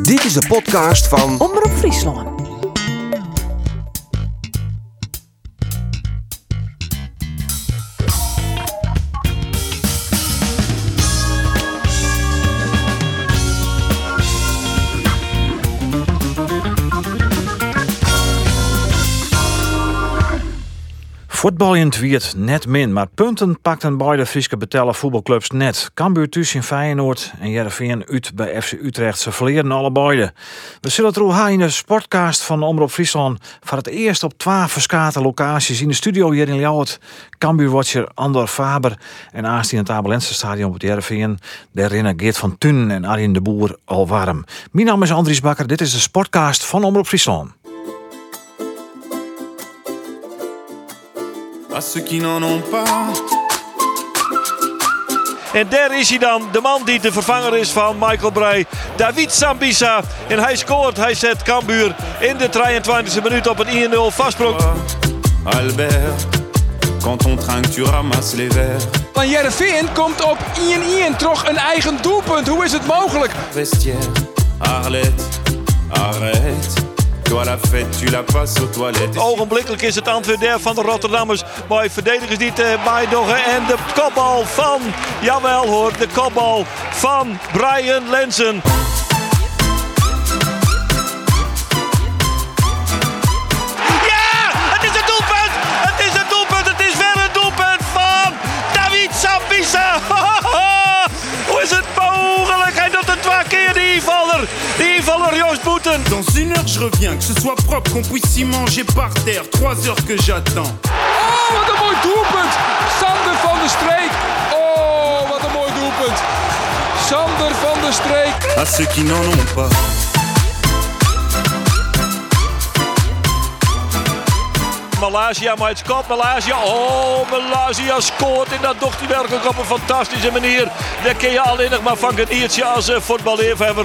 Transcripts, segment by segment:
Dit is de podcast van Omroep Friesland. Voetbal in het wiert net min, maar punten pakten beide Frieske betellen voetbalclubs net. Cambuur thuis in Feyenoord en Heerenveen uit bij FC Utrecht. Ze verleerden allebei. We zullen het roer in de sportcast van Omroep Friesland voor het eerst op 12 verskate locaties in de studio hier in Ljouwert. Cambuur-watcher Andor Faber en Aast in het Abelense stadion op het Heerenveen. Daar rennen Geert van Tunen en Arjen de Boer al warm. Mijn naam is Andries Bakker, dit is de sportcast van Omroep Friesland. À ceux qui n'en ont pas. En daar is hij dan, de man die de vervanger is van Michael Breij, David Sambisa. En hij scoort, hij zet Cambuur in de 23e minuut op een 1-0 vastbrok. Albert, quand on trinque, tu ramasses les verres. Van Heerenveen komt op 1-1 toch een eigen doelpunt. Hoe is het mogelijk? Vestiaire, Arlette, arrête. Toi la fête, tu la passes aux toilettes. Ogenblikkelijk is het antwoord daar van de Rotterdammers bij verdedigers die te bijdoggen. En de kopbal van, jawel hoor, de kopbal van Brian Lensen. Ja, het is het doelpunt! Het is het doelpunt! Het is weer een doelpunt van David Sambisa! Hoe is het mogelijk? Hij doet het 2 keer, die invaller. Die invaller Joost Boeten. Dans 1 heure je reviens, que ce soit propre, qu'on puisse s'y manger par terre. 3 heures que j'attends. Oh, wat een mooi doelpunt. Sander van der Streek. Oh, wat een mooi doelpunt. Sander van der Streek. À ceux qui n'en ont pas. Malaysia maar het scoort Malaysia. Oh, Malaysia scoort en dat doet hij werkelijk op een fantastische manier. Daar kun je alleen nog maar van genieten als voetballiefhebber.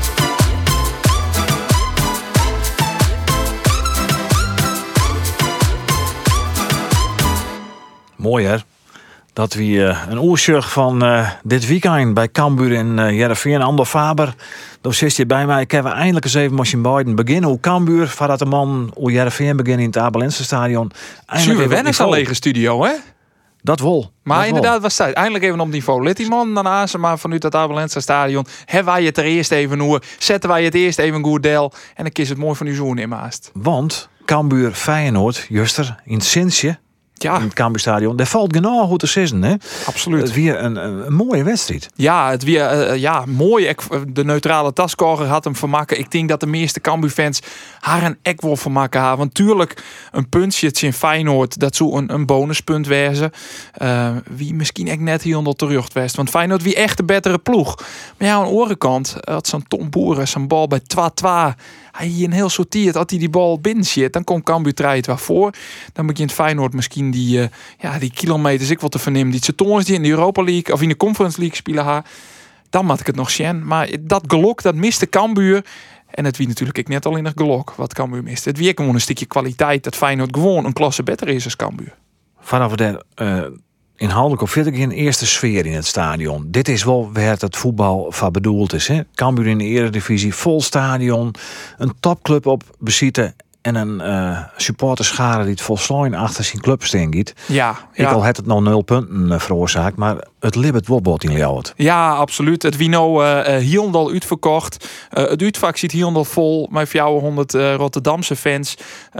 Mooi hè? Dat we een oersjug van dit weekend bij Cambuur en Heerenveen. Andor Faber, daar zit je bij mij. Ik heb eindelijk eens even met je beiden beginnen. Hoe Cambuur, voordat de man hoe Heerenveen beginnen in het Abelense stadion. Super wennen is een lege studio, hè? Dat wel. Maar dat inderdaad, wel. was het eindelijk even op niveau. Let die man daarnaast, maar vanuit het Abelense stadion hebben wij het er eerst even hoe. Zetten wij het eerst even goed deel. En dan kies het mooi van uw zoon in maast. Want Cambuur Feyenoord, juster, in het Sintje. Ja. In het Cambuurstadion. Daar valt genoeg goed te zitten, hè? Absoluut. Het weer een mooie wedstrijd. Ja, het weer mooi. De neutrale taskoger had hem vermakken. Ik denk dat de meeste Cambuur-fans haar een ek wel vermakken hebben. Want tuurlijk, een puntje in Feyenoord, dat zou een bonuspunt wezen. Wie misschien ook net hier terug was. Want Feyenoord wie echt de betere ploeg. Maar ja, aan de andere kant had zo'n Tom Boeren zijn bal bij 2-2. Hij hier een heel sortiert. Als hij die bal binnen zit, dan komt Cambuur draait waar voor. Dan begint Feyenoord misschien die kilometers ik wat te vernemen. Die ze toons die in de Europa League of in de Conference League spelen haar. Dan maak ik het nog zien. Maar dat gelok, dat miste Cambuur. En het wie natuurlijk ik net al in het gelok wat Cambuur miste. Het wie gewoon een stukje kwaliteit dat Feyenoord gewoon een klasse beter is als Cambuur. Vanaf de inhoudelijk of vind ik een eerste sfeer in het stadion. Dit is wel waar het voetbal van bedoeld is. Hè? Cambuur in de Eredivisie, vol stadion, een topclub op bezitten en een supporterschare die het volslijn achter zijn club steekt. Ja. Ik al had het nog 0 punten veroorzaakt, maar het libbet wobbelt in Ljouwert. Ja, absoluut. Het wie nou Hielendal uitverkocht. Het uitvak zit Hielendal vol. Mijn 400 Rotterdamse fans.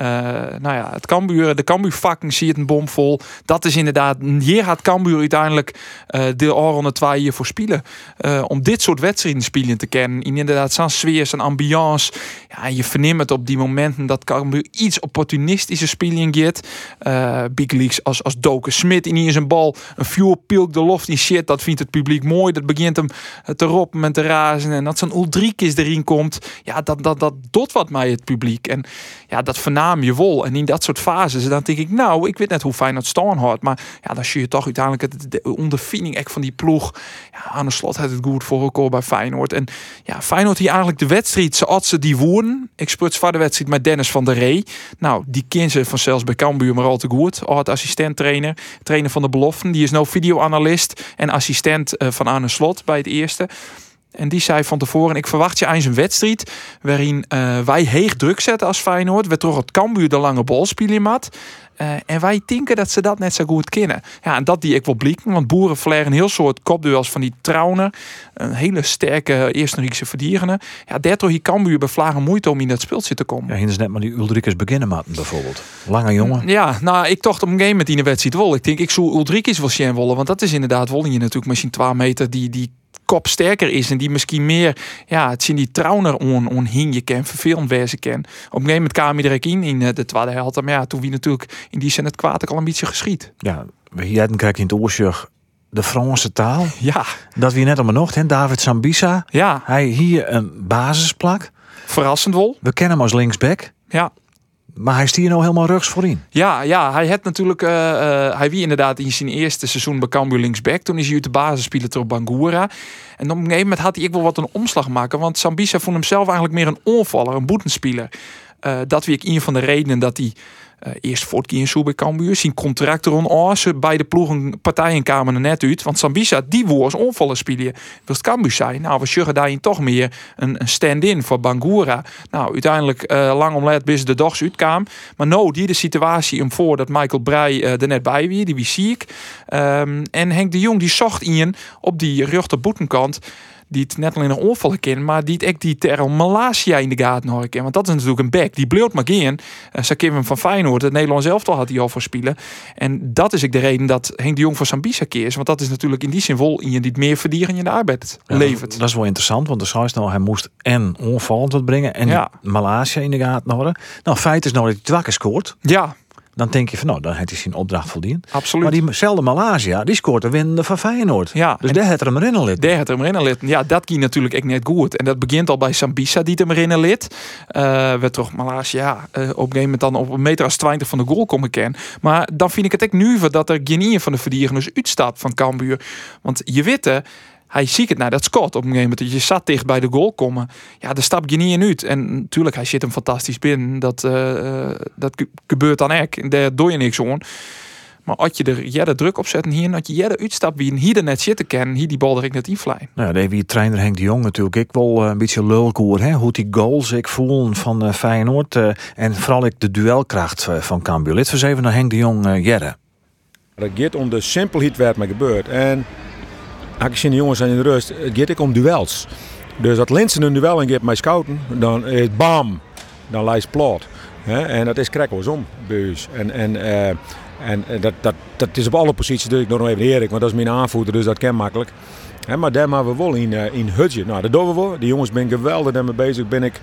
Het Cambuur, de Cambuurvakken zie het een bomvol. Dat is inderdaad, hier gaat Cambuur uiteindelijk de Oranje 2 hier voor spelen. Om dit soort wedstrijden spelen te kennen. Inderdaad, zo'n sfeer, zo'n ambiance. Ja, en je verneemt het op die momenten dat Cambuur iets opportunistische spelen gaat. Big leagues als Doken Smit in zijn bal. Een vuur pilk de loft in shit. Dat vindt het publiek mooi. Dat begint hem te roppen en te razen. En dat zo'n Ulrikes erin komt. Ja, dat doet wat mij het publiek. En ja, dat vernaam je wel. En in dat soort fases, dan denk ik, nou, ik weet net hoe fijn het staan houdt. Maar ja, dan zie je toch uiteindelijk de ondervinding echt van die ploeg. Ja, aan de slot had het goed voor elkaar bij Feyenoord. En ja, Feyenoord hier eigenlijk de wedstrijd zoals ze die woorden. Ik sputs voor de wedstrijd met Dennis van der Ree. Nou, die ken ze vanzelfs bij Cambuur maar al te goed. Assistent trainer van de beloften. Die is nou videoanalist en assistent van Arne Slot bij het eerste. En die zei van tevoren, ik verwacht je eens een wedstrijd waarin wij heeg druk zetten als Feyenoord. We toch het Cambuur de lange bal spelen mat. En wij denken dat ze dat net zo goed kennen. Ja, en dat die ik wel blikken. Want Boeren vlegen een heel soort kopduels van die Trauner. Een hele sterke Eerste-Riekse verdediger. Ja, daardoor hier Cambuur bij vlagen moeite om in dat speeltje te komen. Ja, hier is net maar die Ulrikes beginnen matten bijvoorbeeld. Lange jongen. Ja, nou, ik dacht op een game met in de wedstrijd wel. Ik denk, ik zou Ulrikes wel zien willen. Want dat is inderdaad wel je natuurlijk misschien 2 meter die kop sterker is en die misschien meer, ja, het zien die Trauner onhingje ken, vervelend wezen ken. Op een gegeven moment kwam hij direct in de tweede helft. Maar ja, toen wie natuurlijk in die zin het kwaad al een beetje geschiet. Ja, hier krijg je in het oortje de Franse taal. Ja. Dat wie net allemaal nog, hè? David Sambisa. Ja. Hij hier een basisplak. Verrassend wel. We kennen hem als linksback. Ja. Maar hij stier nou helemaal rugs voorin. Ja, hij had natuurlijk, hij wie inderdaad in zijn eerste seizoen bij Cambuur linksback. Toen is hij uit de basis spelen op Bangura. En op een gegeven moment had hij wel wat een omslag maken. Want Sambisa vond hemzelf eigenlijk meer een onvaller, een boetenspeler. Dat wie ik een van de redenen dat hij eerst voortkeer zo bij Cambuur. Zijn contract rond ze beide ploegen partijen kwamen er net uit. Want Sambisa, die was onvallen spelen. Wil het Cambuur zijn? Nou, we sjuggen daarin toch meer een stand-in voor Bangura. Nou, uiteindelijk lang om laat bis de dogs uitkwam. Maar nou, die de situatie hem voor dat Michael Breij er net bij wie. Die wie ziek. En Henk de Jong die zocht in op die rechterboetenkant. Die het net alleen nog onvallen kennen, maar die het echt die Terrell Malasia in de gaten houden kennen. Want dat is natuurlijk een back. Die bleef maar geen. Ze kennen hem van Feyenoord. Het Nederlands elftal had hij al voor spelen. En dat is ook de reden dat Henk de Jong voor Sambisa keert. Want dat is natuurlijk in die zin wel in je niet meer verdienen in de arbeid levert. Dat is wel interessant, want de scheids nou, hij moest en onvallend wat brengen en die Malasia in de gaten houden. Nou, feit is nou dat hij 2 keer scoort. Ja. Dan denk je van, nou, dan heeft hij zijn opdracht voldiend. Absoluut. Maar diezelfde Malasia, die scoort de winnende van Feyenoord. Ja. Dus daar had er hem erin lid. Daar had er hem erin lid. Ja, dat ging natuurlijk echt net goed. En dat begint al bij Sambisa, die hem erin lid. Werd toch Malasia op een gegeven moment dan op 1,20 meter van de goal komen ken. Maar dan vind ik het echt nu dat er geen van de verdedigers uitstapt van Cambuur. Want je weet hij ziet het naar dat Scott op een gegeven moment. Je zat dicht bij de goal komen. Ja, daar stap je niet in uit. En natuurlijk, hij zit hem fantastisch binnen. Dat gebeurt dan ook. En daar doe je niks aan. Maar als je er druk op zet en hier, als je er uitstapt wie hier er net zitten kennen, hier die bal er ik net invlijden. Nou, daar heeft trainer Henk de Jong natuurlijk ik wel een beetje lulkoer, hè? Hoe die goals ik voel van Feyenoord en vooral ik de duelkracht van Cambuur. Laten we eens even naar Henk de Jong Jerre. Het gaat om de simpelheid waar het me gebeurt. En als ik zie de jongens zijn in de rust, het gaat ook om duels. Dus dat Linsen een duel ingeeft met scouten, dan is het bam, dan lijst plat. En dat is krekkels om bij ons. En dat is op alle posities, dus ik nog even Erik, want dat is mijn aanvoerder, dus dat kan makkelijk. Maar daar maken we wel in hutje. Nou, dat doen we wel. Die jongens zijn geweldig daarmee bezig.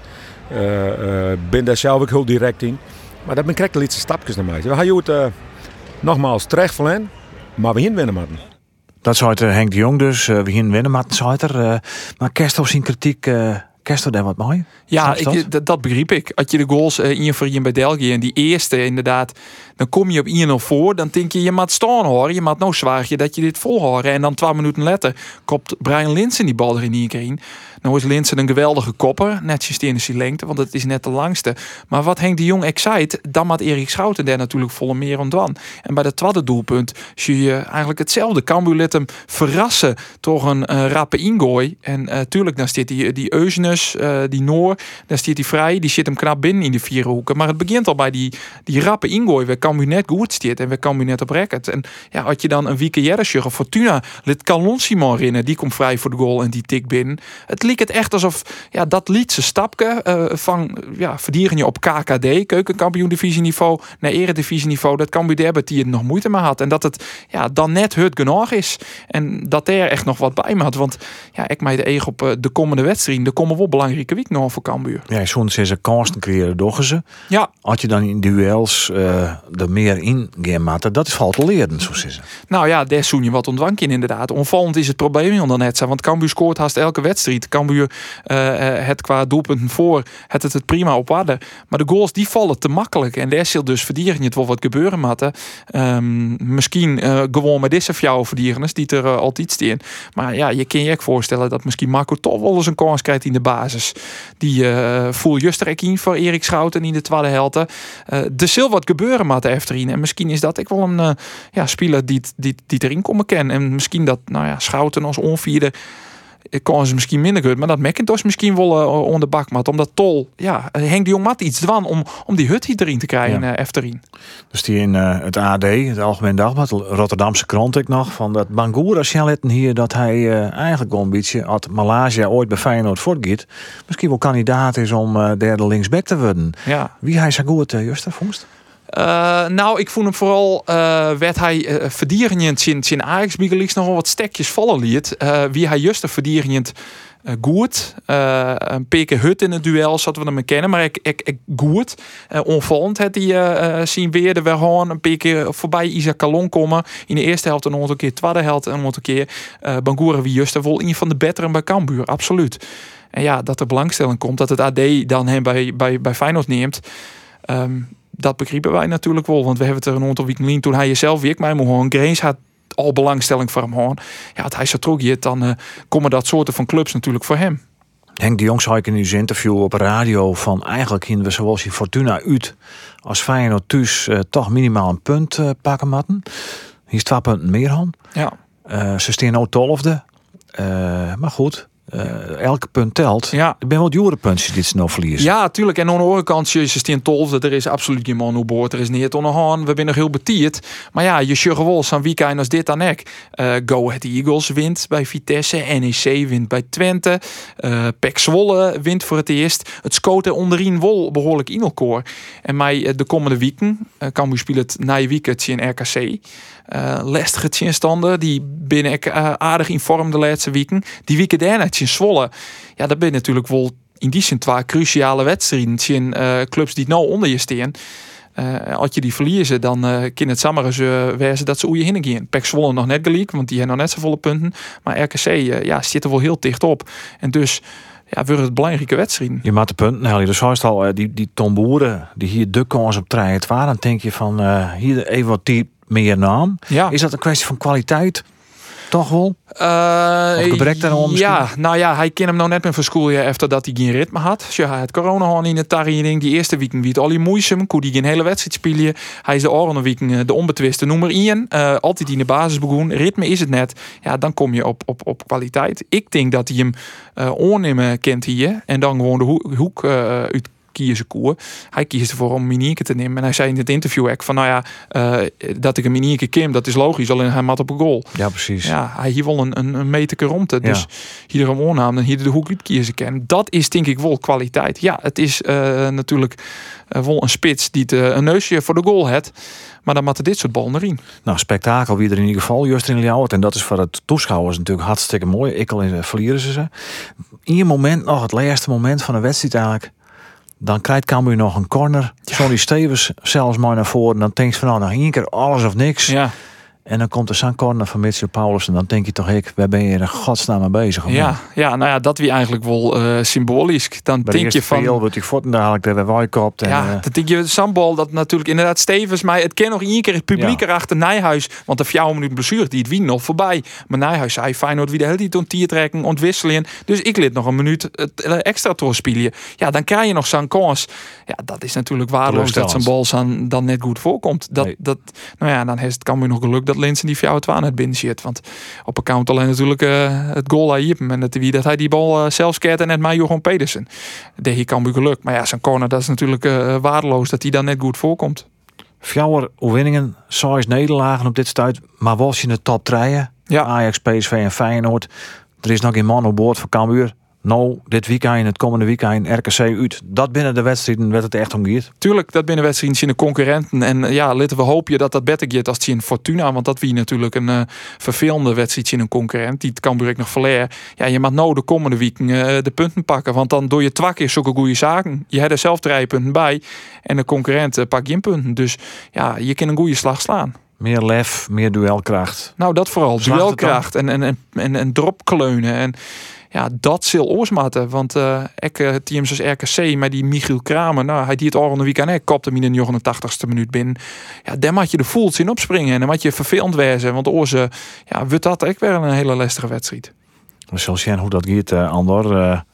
Ben daar zelf ook heel direct in. Maar dat ben ik de laatste stapjes naar mij. We gaan het nogmaals terecht verlen, maar we winnen moeten. Dat zou het Henk de Jong dus. We gaan winnen moeten. Maar Kerst of zijn kritiek... Kerst daar wat mooi? Ja, dat begreep ik. Als je de goals in je vergien bij België en die eerste inderdaad, dan kom je op 1-0 voor. Dan denk je moet staan hoor. Je moet nou zwaar dat je dit volhouden. En dan 2 minuten later kopt Brian Linsen die bal er in 1 keer in. Nou is Linsen een geweldige kopper. Netjes in zijn lengte, want het is net de langste. Maar wat Henk de Jong excite, dan moet Erik Schouten daar natuurlijk volle meer ontwan. En bij dat tweede doelpunt zie je eigenlijk hetzelfde. Cambuur liet hem verrassen door een rappe ingooi. En tuurlijk, dan staat die Eugenus, die Noor, dan staat hij vrij. Die zit hem knap binnen in de 4 hoeken. Maar het begint al bij die rappe ingooi. Waar Cambuur net goed staat en waar Cambuur net op record. En ja, als je dan een weekend Jerresjugge Fortuna liet Calon Simon rinnen. Die komt vrij voor de goal en die tik binnen. Het leek het echt alsof dat liet ze stapje van verdieren je op KKD, keukenkampioen-divisieniveau, naar eredivisieniveau. Dat Cambuur daar die het nog moeite mee had. En dat het dan net het genoeg is. En dat er echt nog wat bij me had. Want ik mij de eeg op de komende wedstrijd. Er komen wel belangrijke week nog voor Cambuur. Ja, soms is er kansen creëren door ze. Ja. Als je dan in duels er meer in gaat, dat valt te leren, zo is het. Nou ja, daar zoen je wat ontwanken inderdaad. Onvallend is het probleem dan net. Want Cambuur scoort haast elke wedstrijd. Cambuur het qua doelpunten voor het prima op waarde. Maar de goals die vallen te makkelijk. En daar zal dus verdieren het wel wat gebeuren matten. Misschien gewoon met deze jouw verdieners die er altijd staan. Maar ja, je kan je ook voorstellen dat misschien Marco toch wel eens een kans krijgt in de basis. Die voel just er in voor Erik Schouten in de tweede helft. Er zal wat gebeuren matten efterin. En misschien is dat ook wel een speler die erin komen kennen. En misschien dat Schouten als onvierde kon ze misschien minder goed, maar dat McIntosh misschien wel onder de bak mat. Omdat Tol, Henk de Jong mat iets dwan om die hut hier erin te krijgen efterin. Dus die in het AD, het Algemeen Dagblad, de Rotterdamse krant ik nog, van dat Bangura Sjaletten hier, dat hij eigenlijk wel een beetje, als Malaysia ooit bij Feyenoord voortgaat, misschien wel kandidaat is om derde linksback te worden. Ja. Wie hij zo goed, Juster, vondst? Ik vond hem vooral werd hij verdedigend zijn Ajax-bigeliks nog wel wat stekjes vallen liet. Wie hij juist verdedigend goed. Een paar keer hut in het duel zouden we hem kennen, maar ik goed. Onvallend had hij zien weer weer gewoon een paar keer voorbij Isaac Calon komen. In de eerste helft en nog een keer tweede helft en nog een keer Bangura wie juist wel een van de betere bij Cambuur, absoluut. En ja, dat er belangstelling komt, dat het AD dan hem bij Feyenoord neemt. Dat begrepen wij natuurlijk wel, want we hebben het er een aantal weken geleden toen hij jezelf weer maar gewoon Grains had al belangstelling voor hem gewoon. Ja, als hij zo terug hier, dan komen dat soorten van clubs natuurlijk voor hem. Henk de Jong zei ik in uw interview op radio van eigenlijk hinden we zoals die Fortuna uit als Feyenoord thuis toch minimaal een punt pakken matten. Hier is 2 punten meer aan. Ja. Ze staan nou 12e. Maar goed. Elke punt telt. Ja. Er ben wel jure puntjes die ze nou verliezen. Ja, tuurlijk. En aan de andere kant, ze staan 12e. Er is absoluut geen man op boord. Er is niet onderhand. We zijn nog heel betierd. Maar ja, je sjugge wel zo'n weekend als dit dan ek. Go Ahead Eagles wint bij Vitesse. NEC wint bij Twente. PEC Zwolle wint voor het eerst. Het schoot er onderin wel behoorlijk in elkaar. En mij de komende weken kan we spelen het na je weekend in RKC. Lastige tegenstander. Die binnen ik aardig in vorm de laatste weken. Die weken daarna in Zwolle. Ja, dat ben natuurlijk wel in die zin 2 cruciale wedstrijden. In clubs die nou onder je staan. Als je die verliezen, dan kan het samen wezen dat ze hoe je heen gaan. PEC Zwolle nog net gelijk, want die hebben nog net zo volle punten. Maar RKC zit er wel heel dicht op. En dus wordt het belangrijke wedstrijden. Je maakt de punten, Helly. Dus zoals al die Tom Boeren, die hier de kans op trein het waren, dan denk je van hier even wat meer naam. Ja. Is dat een kwestie van kwaliteit? Toch wel? Of gebrek daarom misschien? Ja, nou ja, hij kent hem nou net met verschoelen efter dat hij geen ritme had. Dus ja, hij had corona gewoon in het tariening. Die eerste week wie het al moeisem, kon hij geen hele wedstrijd spelen. Hij is de andere week de onbetwiste nummer 1. Altijd in de basis begon. Ritme is het net. Ja, dan kom je op kwaliteit. Ik denk dat hij hem oornemen kent hier. En dan gewoon de hoek uit kiezen koer. Hij kiest ervoor om Minieke te nemen. En hij zei in het interview ook van dat ik een Minieke kim, dat is logisch. Alleen hij mat op een goal. Ja, precies. Ja, hij hier wel een meter romte. Dus hier een oornaam en hier de hoek uitkiezen kan. Dat is denk ik wel kwaliteit. Ja, het is natuurlijk wel een spits die een neusje voor de goal heeft. Maar dan matten dit soort ballen erin. Nou, spektakel wie er in ieder geval juist in Ljouwert. En dat is voor het toeschouwers natuurlijk hartstikke mooi. Ik al verlieren ze. In je moment nog, het laatste moment van de wedstrijd eigenlijk. Dan krijgt Cambuur nog een corner. Sonny Stevens zelfs maar naar voren. Dan denk je van nog 1 keer alles of niks. Ja. En dan komt er zo'n corner van Mitchell Paulus. En dan denk je toch, waar ben je er godsnaam mee bezig? Ja, dat wie eigenlijk wel symbolisch. Dan bij denk je van. Veel wordt die voeten dadelijk er weer wijkopt. Dan denk je Sambal dat natuurlijk inderdaad Stevens. Maar het ken nog 1 keer het publiek erachter Nijhuis. Want de 4 minuten blessure die het wien nog voorbij. Maar Nijhuis zei Feyenoord wie de hele tijd ontiertrekken, ontwisselen. Dus ik liet nog een minuut extra doorspelen. Ja, dan krijg je nog zo'n kans. Ja, dat is natuurlijk waardeloos dat zijn bal dan net goed voorkomt. Dan heeft het Cambuur nog geluk dat Linsen die 4-2 net binnen zit. Want op account alleen natuurlijk het goal aan Jippen. En dat hij die bal zelf keert en net maar Johan Pedersen. Dat hier Cambuur geluk. Maar ja, zijn corner dat is natuurlijk waardeloos dat hij dan net goed voorkomt. 4 overwinningen, 6 nederlagen op dit stuit. Maar was je in de top 3? Ja. Ajax, PSV en Feyenoord. Er is nog geen man op boord voor Cambuur. Nou, dit weekend, het komende weekend, RKC uit. Dat binnen de wedstrijden werd het echt om gaat. Tuurlijk, dat binnen wedstrijden zien de concurrenten. En ja, laten we hopen dat beter gaat als in Fortuna. Want dat wie natuurlijk een vervelende wedstrijd in een concurrent. Die het Cambuur nog verleer. Ja, je mag nou de komende week de punten pakken. Want dan doe je 2 keer zulke goede zaken. Je hebt er zelf 3 punten bij. En de concurrent pakt geen punten. Dus ja, je kan een goede slag slaan. Meer lef, meer duelkracht. Nou, dat vooral. Duelkracht en dropkleunen. En ja, dat zal oorsmatten. Want teams als RKC met die Michiel Kramer, nou, hij die het al weekend kopte hem in de 89ste minuut binnen. Ja, daar moet je de voels in opspringen en dan moet je vervelend wezen. Want wordt dat ook weer een hele lastige wedstrijd. We zullen zien hoe dat gaat, Andor.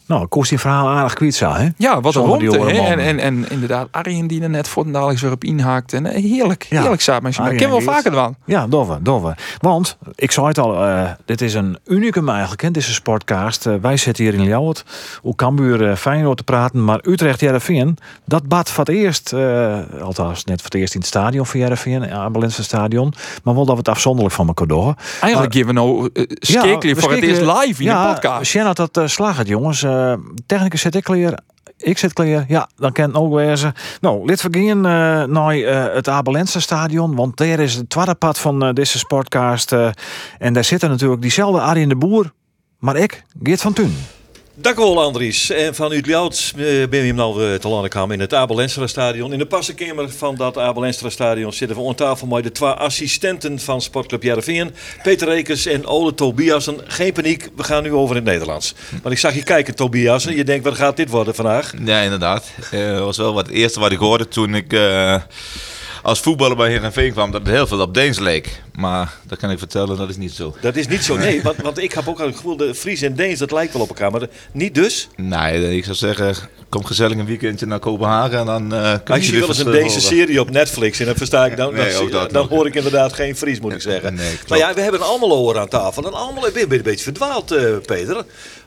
Nou, kost die verhaal aardig kwijt zo, hè? Ja, wat een Zonder die romte. oren Hè? mannen. En inderdaad, Arjen die er net voor dadelijk weer op inhaakt. En heerlijk samen. Maar ik Arjen ken wel Geert. vaker dan. Ja, doffe. Want, ik zei het al, dit is een unicum eigenlijk. Hè? Dit is een sportcast. Wij zitten hier in Ljouwert. Hoe Cambuur Feyenoord te praten. Maar Utrecht Heerenveen, dat bad voor het eerst. Althans, net voor het eerst in het stadion van Heerenveen. Abelense stadion. Maar wel dat we het afzonderlijk van elkaar doen. Eigenlijk geven we nou skekelen voor het eerst live in de podcast. Sjen had dat slag het, jongens. Technicus zit ik klaar. Ik zit klaar. Ja, dan kan het ook wezen. Nou, laten we gaan naar het Abelense stadion. Want daar is het tweede pad van deze sportcast. En daar zitten natuurlijk diezelfde Arjen de Boer. Maar ik, Geert van Thun. Dank u wel, Andries. En vanuit Ljouwert ben je hem nou te landen komen in het Abelenstra stadion. In de passenkamer van dat Abelenstra stadion zitten we aan tafel met de twee assistenten van Sportclub Heerenveen. Peter Rekers en Ole Tobiasen. Geen paniek, we gaan nu over in het Nederlands. Maar ik zag je kijken, Tobiasen. Je denkt, wat gaat dit worden vandaag? Ja, inderdaad. Dat was wel het eerste wat ik hoorde toen ik als voetballer bij Heerenveen kwam. Dat het heel veel op Deens leek. Maar dat kan ik vertellen, dat is niet zo. Dat is niet zo, nee. Want ik heb ook al het gevoel, de Fries en Deens, dat lijkt wel op elkaar. Maar niet dus. Nee, ik zou zeggen, kom gezellig een weekendje naar Kopenhagen en dan kun Als je wel eens een Deense serie op Netflix en dat versta ik, dan hoor ik inderdaad geen Fries, moet ik zeggen. Nee, maar ja, we hebben allemaal oren aan tafel. En allemaal ben je een beetje verdwaald, Peter.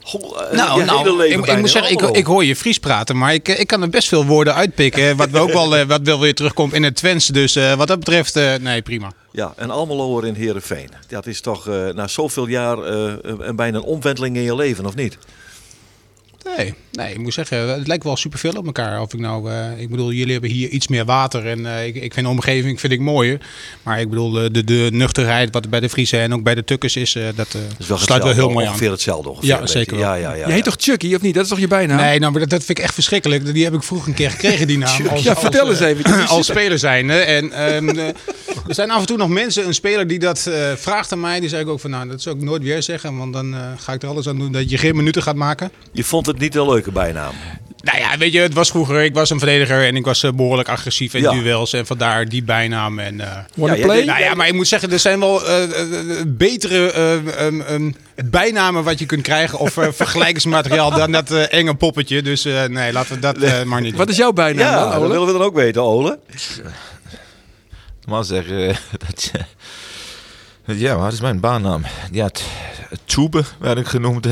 Ik moet zeggen, ik hoor je Fries praten, maar ik kan er best veel woorden uitpikken. Wat wel weer terugkomt in het Twents. Dus wat dat betreft, nee, prima. Ja, en Almelo in Heerenveen. Dat is toch na zoveel jaar bijna een omwenteling in je leven, of niet? Nee, ik moet zeggen, het lijkt wel superveel op elkaar. Of ik bedoel, jullie hebben hier iets meer water en ik vind de omgeving mooier. Maar ik bedoel, de nuchterheid wat bij de Friese en ook bij de Tukkers is, dat sluit wel heel mooi aan. Ongeveer hetzelfde ongeveer. Ja, zeker wel. Ja. Je heet toch Chucky, of niet? Dat is toch je bijnaam? Nee, nou, maar dat vind ik echt verschrikkelijk. Die heb ik vroeger een keer gekregen, die naam. Vertel eens even. Als speler zijnde. En er zijn af en toe nog mensen, een speler die dat vraagt aan mij. Die zei ik ook van, nou, dat zou ik nooit weer zeggen. Want dan ga ik er alles aan doen dat je geen minuten gaat maken. Je vond het niet een leuke bijnaam? Nou ja, weet je, het was vroeger. Ik was een verdediger en ik was behoorlijk agressief in duels. En vandaar die bijnaam. En, Wanna play? Nou ja, maar ik moet zeggen, er zijn wel betere bijnamen wat je kunt krijgen. Of vergelijkingsmateriaal dan dat enge poppetje. Dus nee, laten we dat maar niet doen. Wat is jouw bijnaam dan, dat Ole? willen we dan ook weten, Ole. Maar zeggen dat je... Ja, wat is mijn baannaam? Ja, Tube werd ik genoemd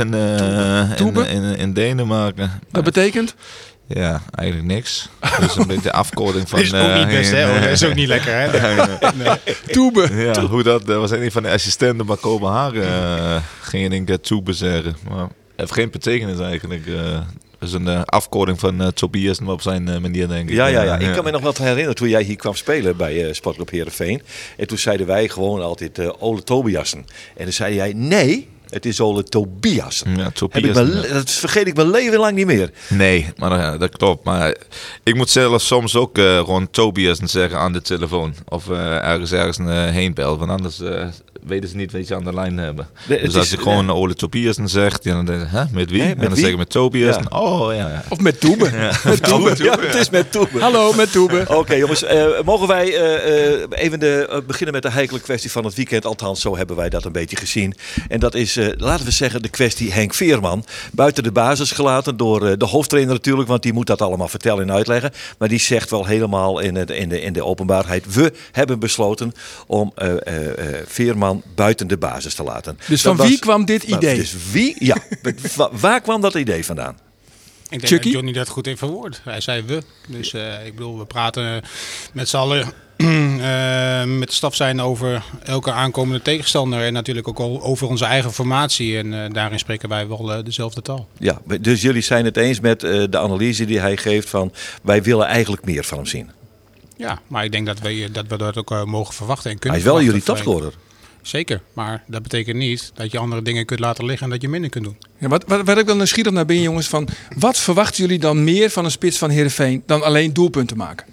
in Denemarken. Dat betekent? Ja, eigenlijk niks. Dat is een beetje de afkorting van... Dat is ook niet best, hè? Dat is ook niet lekker, hè? Nee. Tube. Ja, hoe dat was een van de assistenten bij Kopenhagen. Ging ik Tube zeggen. Maar het heeft geen betekenis eigenlijk. Dat is een afkorting van Tobias op zijn manier, denk ik. Ja. Ik kan me nog wat herinneren toen jij hier kwam spelen bij Sportclub Heerenveen. En toen zeiden wij gewoon altijd Ole Tobiasen. En dan zei jij, nee, het is Ole Tobiasen. Ja, Tobiasen. Dat vergeet ik mijn leven lang niet meer. Nee, maar dat klopt. Maar ik moet zelf soms ook gewoon Tobiasen zeggen aan de telefoon. Of ergens heen bel. Want anders weten ze niet wat je aan de lijn hebben. Dus als ik gewoon Ole Tobiasen zeg, dan denk ik, met wie? En dan zeg ik met Tobiasen. Ja. Oh, ja. Of met Toebe. Met Toebe. Ja, het is met Toebe. Hallo, met Toebe. Oké, jongens, mogen wij even beginnen met de heikele kwestie van het weekend. Althans, zo hebben wij dat een beetje gezien. En dat is, laten we zeggen, de kwestie Henk Veerman. Buiten de basis gelaten door de hoofdtrainer natuurlijk, want die moet dat allemaal vertellen en uitleggen. Maar die zegt wel helemaal in de openbaarheid, we hebben besloten om Veerman buiten de basis te laten. Dus van wie kwam dit idee? Dus waar kwam dat idee vandaan? Ik denk Chucky? dat Johnny dat goed heeft verwoord. Hij zei we. Dus ik bedoel, we praten met z'n allen met de staf zijn over elke aankomende tegenstander. En natuurlijk ook al over onze eigen formatie. En daarin spreken wij wel dezelfde taal. Ja, dus jullie zijn het eens met de analyse die hij geeft van wij willen eigenlijk meer van hem zien. Ja, maar ik denk dat we dat ook mogen verwachten en kunnen. Hij is wel jullie verwachten. topscorer. Zeker, maar dat betekent niet dat je andere dingen kunt laten liggen en dat je minder kunt doen. Ja, wat ik dan nieuwsgierig naar ben, jongens, van wat verwachten jullie dan meer van een spits van Heerenveen dan alleen doelpunten maken?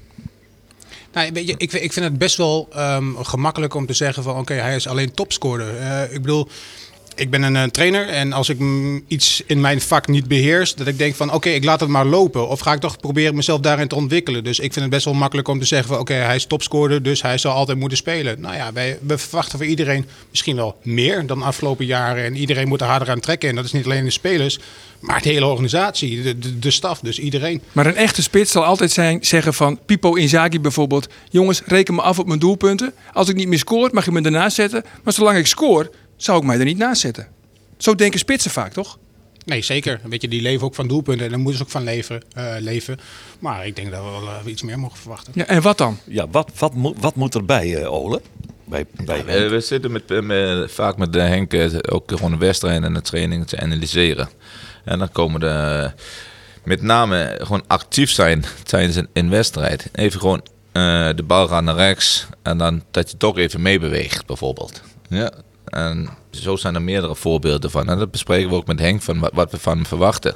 Nou, weet je, ik vind het best wel gemakkelijk om te zeggen van oké, hij is alleen topscorer. Ik bedoel, ik ben een trainer en als ik iets in mijn vak niet beheers, dat ik denk van oké, ik laat het maar lopen. Of ga ik toch proberen mezelf daarin te ontwikkelen. Dus ik vind het best wel makkelijk om te zeggen van oké, hij is topscorer, dus hij zal altijd moeten spelen. Nou ja, we verwachten van iedereen misschien wel meer dan de afgelopen jaren. En iedereen moet er harder aan trekken. En dat is niet alleen de spelers, maar de hele organisatie, de staf, dus iedereen. Maar een echte spits zal altijd zeggen van Pipo Inzaghi bijvoorbeeld. Jongens, reken me af op mijn doelpunten. Als ik niet meer scoor, mag je me ernaast zetten. Maar zolang ik scoor, zou ik mij er niet naast zetten. Zo denken spitsen vaak, toch? Nee, zeker. Weet je, die leven ook van doelpunten en daar moeten ze ook van leven. Maar ik denk dat we wel iets meer mogen verwachten. Ja, en wat dan? Ja, wat moet erbij, Ole? We zitten vaak met Henk ook gewoon de wedstrijd en de training te analyseren. En dan komen met name gewoon actief zijn tijdens een wedstrijd. Even gewoon de bal gaat naar rechts en dan dat je toch even meebeweegt bijvoorbeeld. Ja. En zo zijn er meerdere voorbeelden van. En dat bespreken we ook met Henk van wat we van hem verwachten.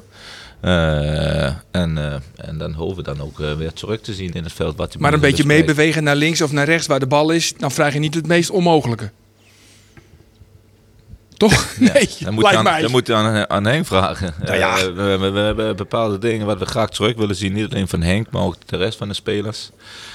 En dan hopen we dan ook weer terug te zien in het veld. Wat hij maar een beetje meebewegen naar links of naar rechts waar de bal is, dan vraag je niet het meest onmogelijke. Toch? Ja, nee, dan moet je aan Henk vragen. Nou ja. We hebben bepaalde dingen wat we graag terug willen zien. Niet alleen van Henk, maar ook de rest van de spelers.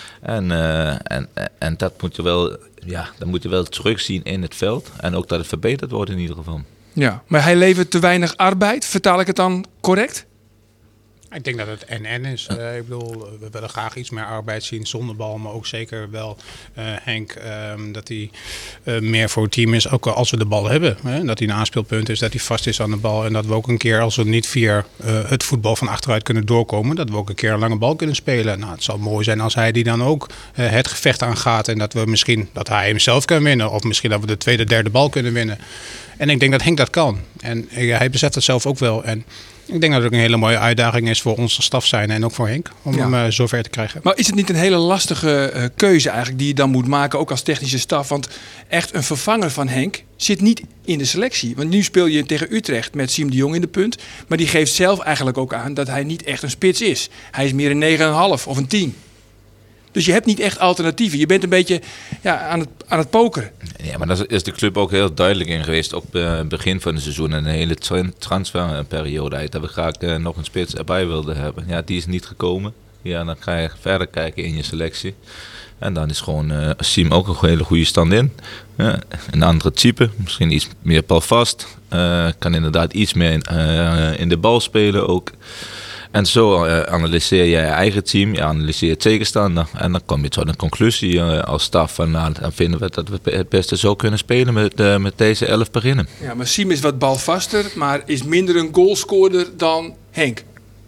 En dat moet je wel, dat moet je wel terugzien in het veld. En ook dat het verbeterd wordt in ieder geval. Ja, maar hij levert te weinig arbeid. Vertaal ik het dan correct? Ik denk dat het en is. Ik bedoel, we willen graag iets meer arbeid zien zonder bal. Maar ook zeker wel Henk, dat hij meer voor het team is. Ook als we de bal hebben. Dat hij een aanspeelpunt is, dat hij vast is aan de bal. En dat we ook een keer, als we niet via het voetbal van achteruit kunnen doorkomen, dat we ook een keer een lange bal kunnen spelen. Nou, het zal mooi zijn als hij die dan ook het gevecht aangaat. En dat we misschien, dat hij hem zelf kan winnen. Of misschien dat we de tweede, derde bal kunnen winnen. En ik denk dat Henk dat kan. En hij beseft het zelf ook wel. En ik denk dat het ook een hele mooie uitdaging is voor onze staf zijn en ook voor Henk om hem zover te krijgen. Maar is het niet een hele lastige keuze eigenlijk die je dan moet maken, ook als technische staf? Want echt een vervanger van Henk zit niet in de selectie. Want nu speel je tegen Utrecht met Siem de Jong in de punt. Maar die geeft zelf eigenlijk ook aan dat hij niet echt een spits is. Hij is meer een 9,5 of een 10. Dus je hebt niet echt alternatieven. Je bent een beetje aan het pokeren. Ja, maar daar is de club ook heel duidelijk in geweest. Ook begin van het seizoen en de hele transferperiode. Dat we graag nog een spits erbij wilden hebben. Ja, die is niet gekomen. Ja, dan ga je verder kijken in je selectie. En dan is gewoon Siem ook een hele goede stand-in. Ja, een andere type. Misschien iets meer balvast. Kan inderdaad iets meer in de bal spelen ook. En zo analyseer je je eigen team, je analyseert je tegenstander. En dan kom je tot een conclusie als staf van dan vinden we dat we het beste zo kunnen spelen met deze 11 beginnen. Ja, maar Siem is wat balvaster, maar is minder een goalscorer dan Henk.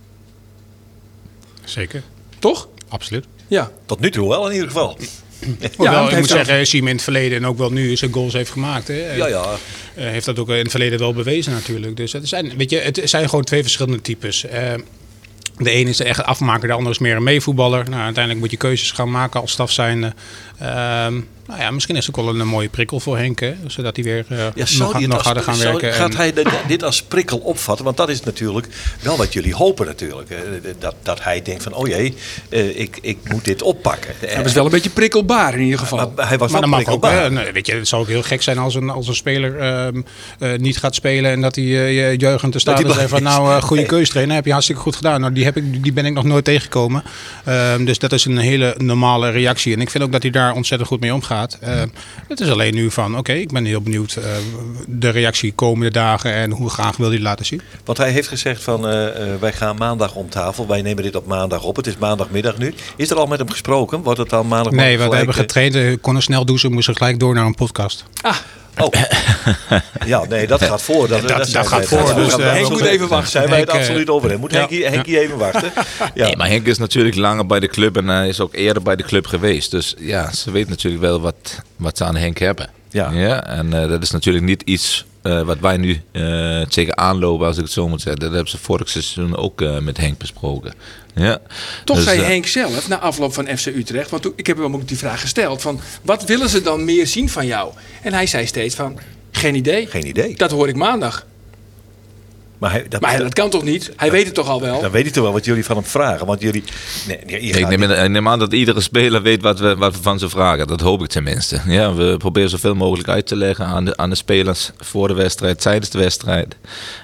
Zeker. Toch? Absoluut. Ja. Tot nu toe wel in ieder geval. Hoewel, ik moet zeggen, Siem in het verleden en ook wel nu zijn goals heeft gemaakt. Hè. Heeft dat ook in het verleden wel bewezen natuurlijk. Dus het zijn gewoon twee verschillende types. De ene is echt afmaker, de andere is meer een meevoetballer. Nou, uiteindelijk moet je keuzes gaan maken als staf zijnde. Misschien is het ook wel een mooie prikkel voor Henk, hè? Zodat hij weer nog harder gaan werken. Gaat hij dit als prikkel opvatten? Want dat is natuurlijk wel wat jullie hopen natuurlijk. Dat hij denkt van, oh jee, ik moet dit oppakken. Hij was wel een beetje prikkelbaar in ieder geval. Maar hij was wel prikkelbaar. Het zou ook heel gek zijn als een speler niet gaat spelen en dat hij jeugd te staan en zegt van, nou, goede keus trainer, heb je hartstikke goed gedaan. Nou, die ben ik nog nooit tegengekomen. Dus dat is een hele normale reactie. En ik vind ook dat hij daar ontzettend goed mee omgaat. Het is alleen nu van, oké, ik ben heel benieuwd de reactie komende dagen en hoe graag wil hij laten zien. Want hij heeft gezegd van, wij gaan maandag om tafel. Wij nemen dit op maandag op. Het is maandagmiddag nu. Is er al met hem gesproken? Wordt het dan maandag? Nee, we hebben getraind. Ik kon er snel douchen, moesten gelijk door naar een podcast. Oh. Ja, nee, dat gaat voor. Dat gaat voor. Dus Henk moet even wachten. Zijn wij het absoluut over hem? Moet Henkie even wachten? Ja. Nee, maar Henk is natuurlijk langer bij de club en hij is ook eerder bij de club geweest. Dus ja, ze weet natuurlijk wel wat ze aan Henk hebben. Ja, en dat is natuurlijk niet iets wat wij nu tegen aanlopen, als ik het zo moet zeggen. Dat hebben ze vorig seizoen ook met Henk besproken. Ja. Toch dus, zei Henk zelf na afloop van FC Utrecht, want ik heb hem ook die vraag gesteld van, wat willen ze dan meer zien van jou? En hij zei steeds van, geen idee. Geen idee. Dat hoor ik maandag. Maar dat kan toch niet? Hij weet het toch al wel? Dan weet hij toch wel wat jullie van hem vragen. Want jullie... Ik neem aan dat iedere speler weet wat we van ze vragen. Dat hoop ik tenminste. Ja, we proberen zoveel mogelijk uit te leggen aan de spelers voor de wedstrijd, tijdens de wedstrijd.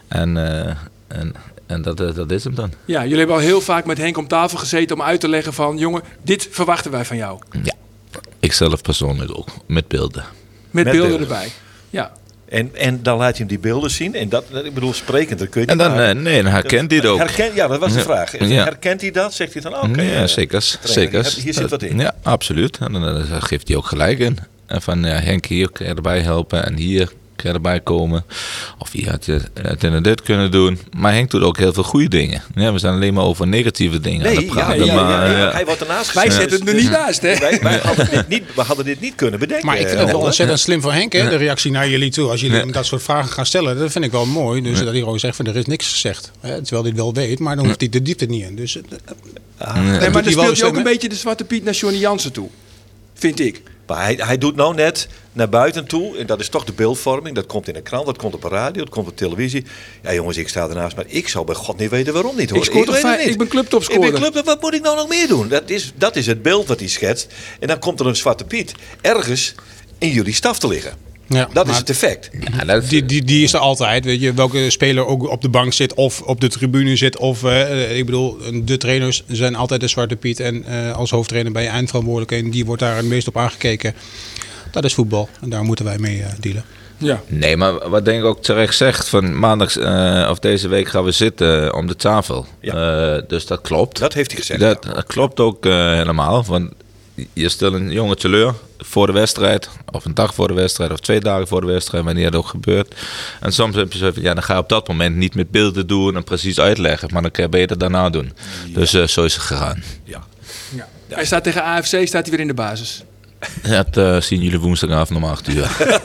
En dat is hem dan. Ja, jullie hebben al heel vaak met Henk om tafel gezeten om uit te leggen van... jongen, dit verwachten wij van jou. Ja, ik zelf persoonlijk ook. Met beelden. Met beelden erbij, ja. En dan laat je hem die beelden zien. En dat, ik bedoel, sprekend, dat kun je niet. En dan herkent hij het ook. Ja, dat was de vraag. Ja. Herkent hij dat? Zegt hij dan, oké. Ja, zeker. Hier zit wat in. Ja, absoluut. En dan geeft hij ook gelijk in. En van, Henk, hier kan je erbij helpen. En hier kan je erbij komen. Of hier had je het en dit kunnen doen. Maar Henk doet ook heel veel goede dingen. Ja, we zijn alleen maar over negatieve dingen aan het praten. Hij wordt ernaast gezet. Wij zetten het er niet naast, hè? Wij hadden dit niet kunnen bedenken. Maar ik vind het wel ontzettend slim voor Henk, hè? De reactie naar jullie toe. Als jullie hem dat soort vragen gaan stellen, dat vind ik wel mooi. Dus dat hij gewoon zegt van, er is niks gezegd. Terwijl hij het wel weet, maar dan hoeft hij de diepte niet in. Dus, maar dan speelt hij ook een beetje de Zwarte Piet naar Johnny Jansen toe. Vind ik. Maar hij doet nou net naar buiten toe. En dat is toch de beeldvorming. Dat komt in een krant, dat komt op de radio, dat komt op televisie. Ja jongens, ik sta ernaast. Maar ik zou bij God niet weten waarom niet hoor. Ik ben clubtopscorer. Wat moet ik nou nog meer doen? Dat is het beeld wat hij schetst. En dan komt er een Zwarte Piet ergens in jullie staf te liggen. Ja, dat is het effect. Ja, die is er altijd. Weet je, welke speler ook op de bank zit of op de tribune zit. Of ik bedoel, de trainers zijn altijd de Zwarte Piet. En als hoofdtrainer ben je eindverantwoordelijk. En die wordt daar het meest op aangekeken. Dat is voetbal. En daar moeten wij mee dealen. Ja. Nee, maar wat denk ik ook terecht zegt. Van maandags of deze week gaan we zitten om de tafel. Ja. Dus dat klopt. Dat heeft hij gezegd. Dat klopt ook helemaal. Want je stelt een jongen teleur voor de wedstrijd, of een dag voor de wedstrijd, of 2 dagen voor de wedstrijd, wanneer het ook gebeurt. En soms heb je zo van, dan ga je op dat moment niet met beelden doen en precies uitleggen, maar dan kan je beter daarna doen. Ja. Dus zo is het gegaan. Ja. Ja. Hij staat tegen AFC, staat hij weer in de basis. Dat zien jullie woensdagavond om 8:00.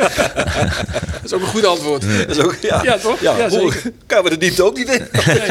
Dat is ook een goed antwoord. Dat is ook, ja, toch? Ja, zeker. Kan we de diepte ook niet in?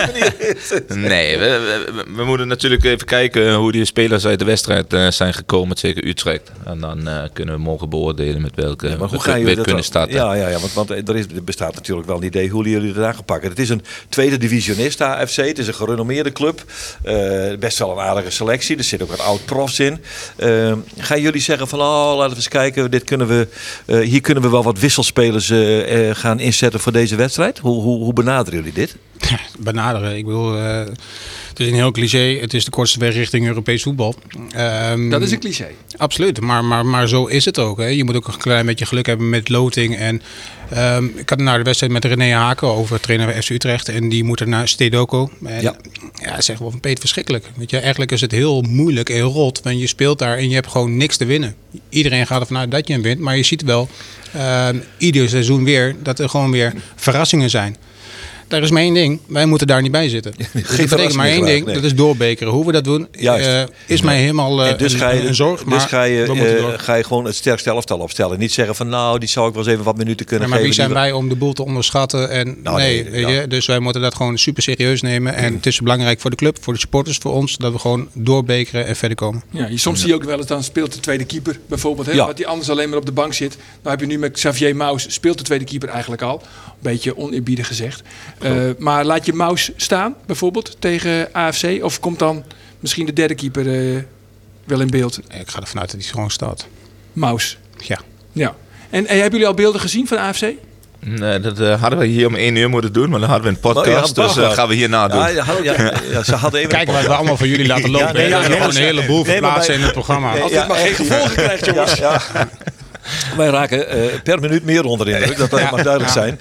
Nee, we moeten natuurlijk even kijken hoe die spelers uit de wedstrijd zijn gekomen tegen Utrecht. En dan kunnen we morgen beoordelen met welke we kunnen starten. Ja, want er bestaat natuurlijk wel een idee hoe jullie het aangepakken. Het is een tweede divisionist AFC. Het is een gerenommeerde club. Best wel een aardige selectie. Er zit ook wat oud-profs in. Gaan jullie zeggen van, laten we eens kijken, hier kunnen we wel wat wisselspelers gaan inzetten voor deze wedstrijd? Hoe benaderen jullie dit? Benaderen, ik bedoel, het is een heel cliché. Het is de kortste weg richting Europees voetbal. Dat is een cliché. Absoluut, maar zo is het ook. Hè. Je moet ook een klein beetje geluk hebben met loting. En ik had naar de wedstrijd met René Haken over, trainer van FC Utrecht. En die moet er naar Stedoco. En zeg wel van Peter, verschrikkelijk. Weet je, eigenlijk is het heel moeilijk en rot. Want je speelt daar en je hebt gewoon niks te winnen. Iedereen gaat ervan uit dat je hem wint. Maar je ziet wel ieder seizoen weer dat er gewoon weer verrassingen zijn. Daar is maar één ding. Wij moeten daar niet bij zitten. Geen betekent maar één ding. Nee. Dat is doorbekeren. Hoe we dat doen is mij helemaal een zorg. Dus ga je gewoon het sterkste elftal opstellen. Niet zeggen van die zou ik wel eens even wat minuten kunnen geven. Maar wie zijn wij om de boel te onderschatten? En dus wij moeten dat gewoon super serieus nemen. En het is belangrijk voor de club, voor de supporters, voor ons. Dat we gewoon doorbekeren en verder komen. Ja, soms zie je ook wel eens dan speelt de tweede keeper bijvoorbeeld. Hè, wat die anders alleen maar op de bank zit. Nou heb je nu met Xavier Maus speelt de tweede keeper eigenlijk al. Een beetje oneerbiedig gezegd. Maar laat je Maus staan, bijvoorbeeld, tegen AFC? Of komt dan misschien de derde keeper wel in beeld? Ik ga ervan uit dat hij gewoon staat. Maus? Ja. En hebben jullie al beelden gezien van AFC? Nee, dat hadden we hier om 1:00 moeten doen, maar dan hadden we een podcast, dus gaan we hierna doen. Ze hadden even kijken wat we allemaal voor jullie laten lopen. Er is nog een heleboel verplaatsen in het programma. Als dit maar geen gevolgen krijgt, jongens. Ja. Wij raken per minuut meer onder de indruk, dat mag duidelijk zijn.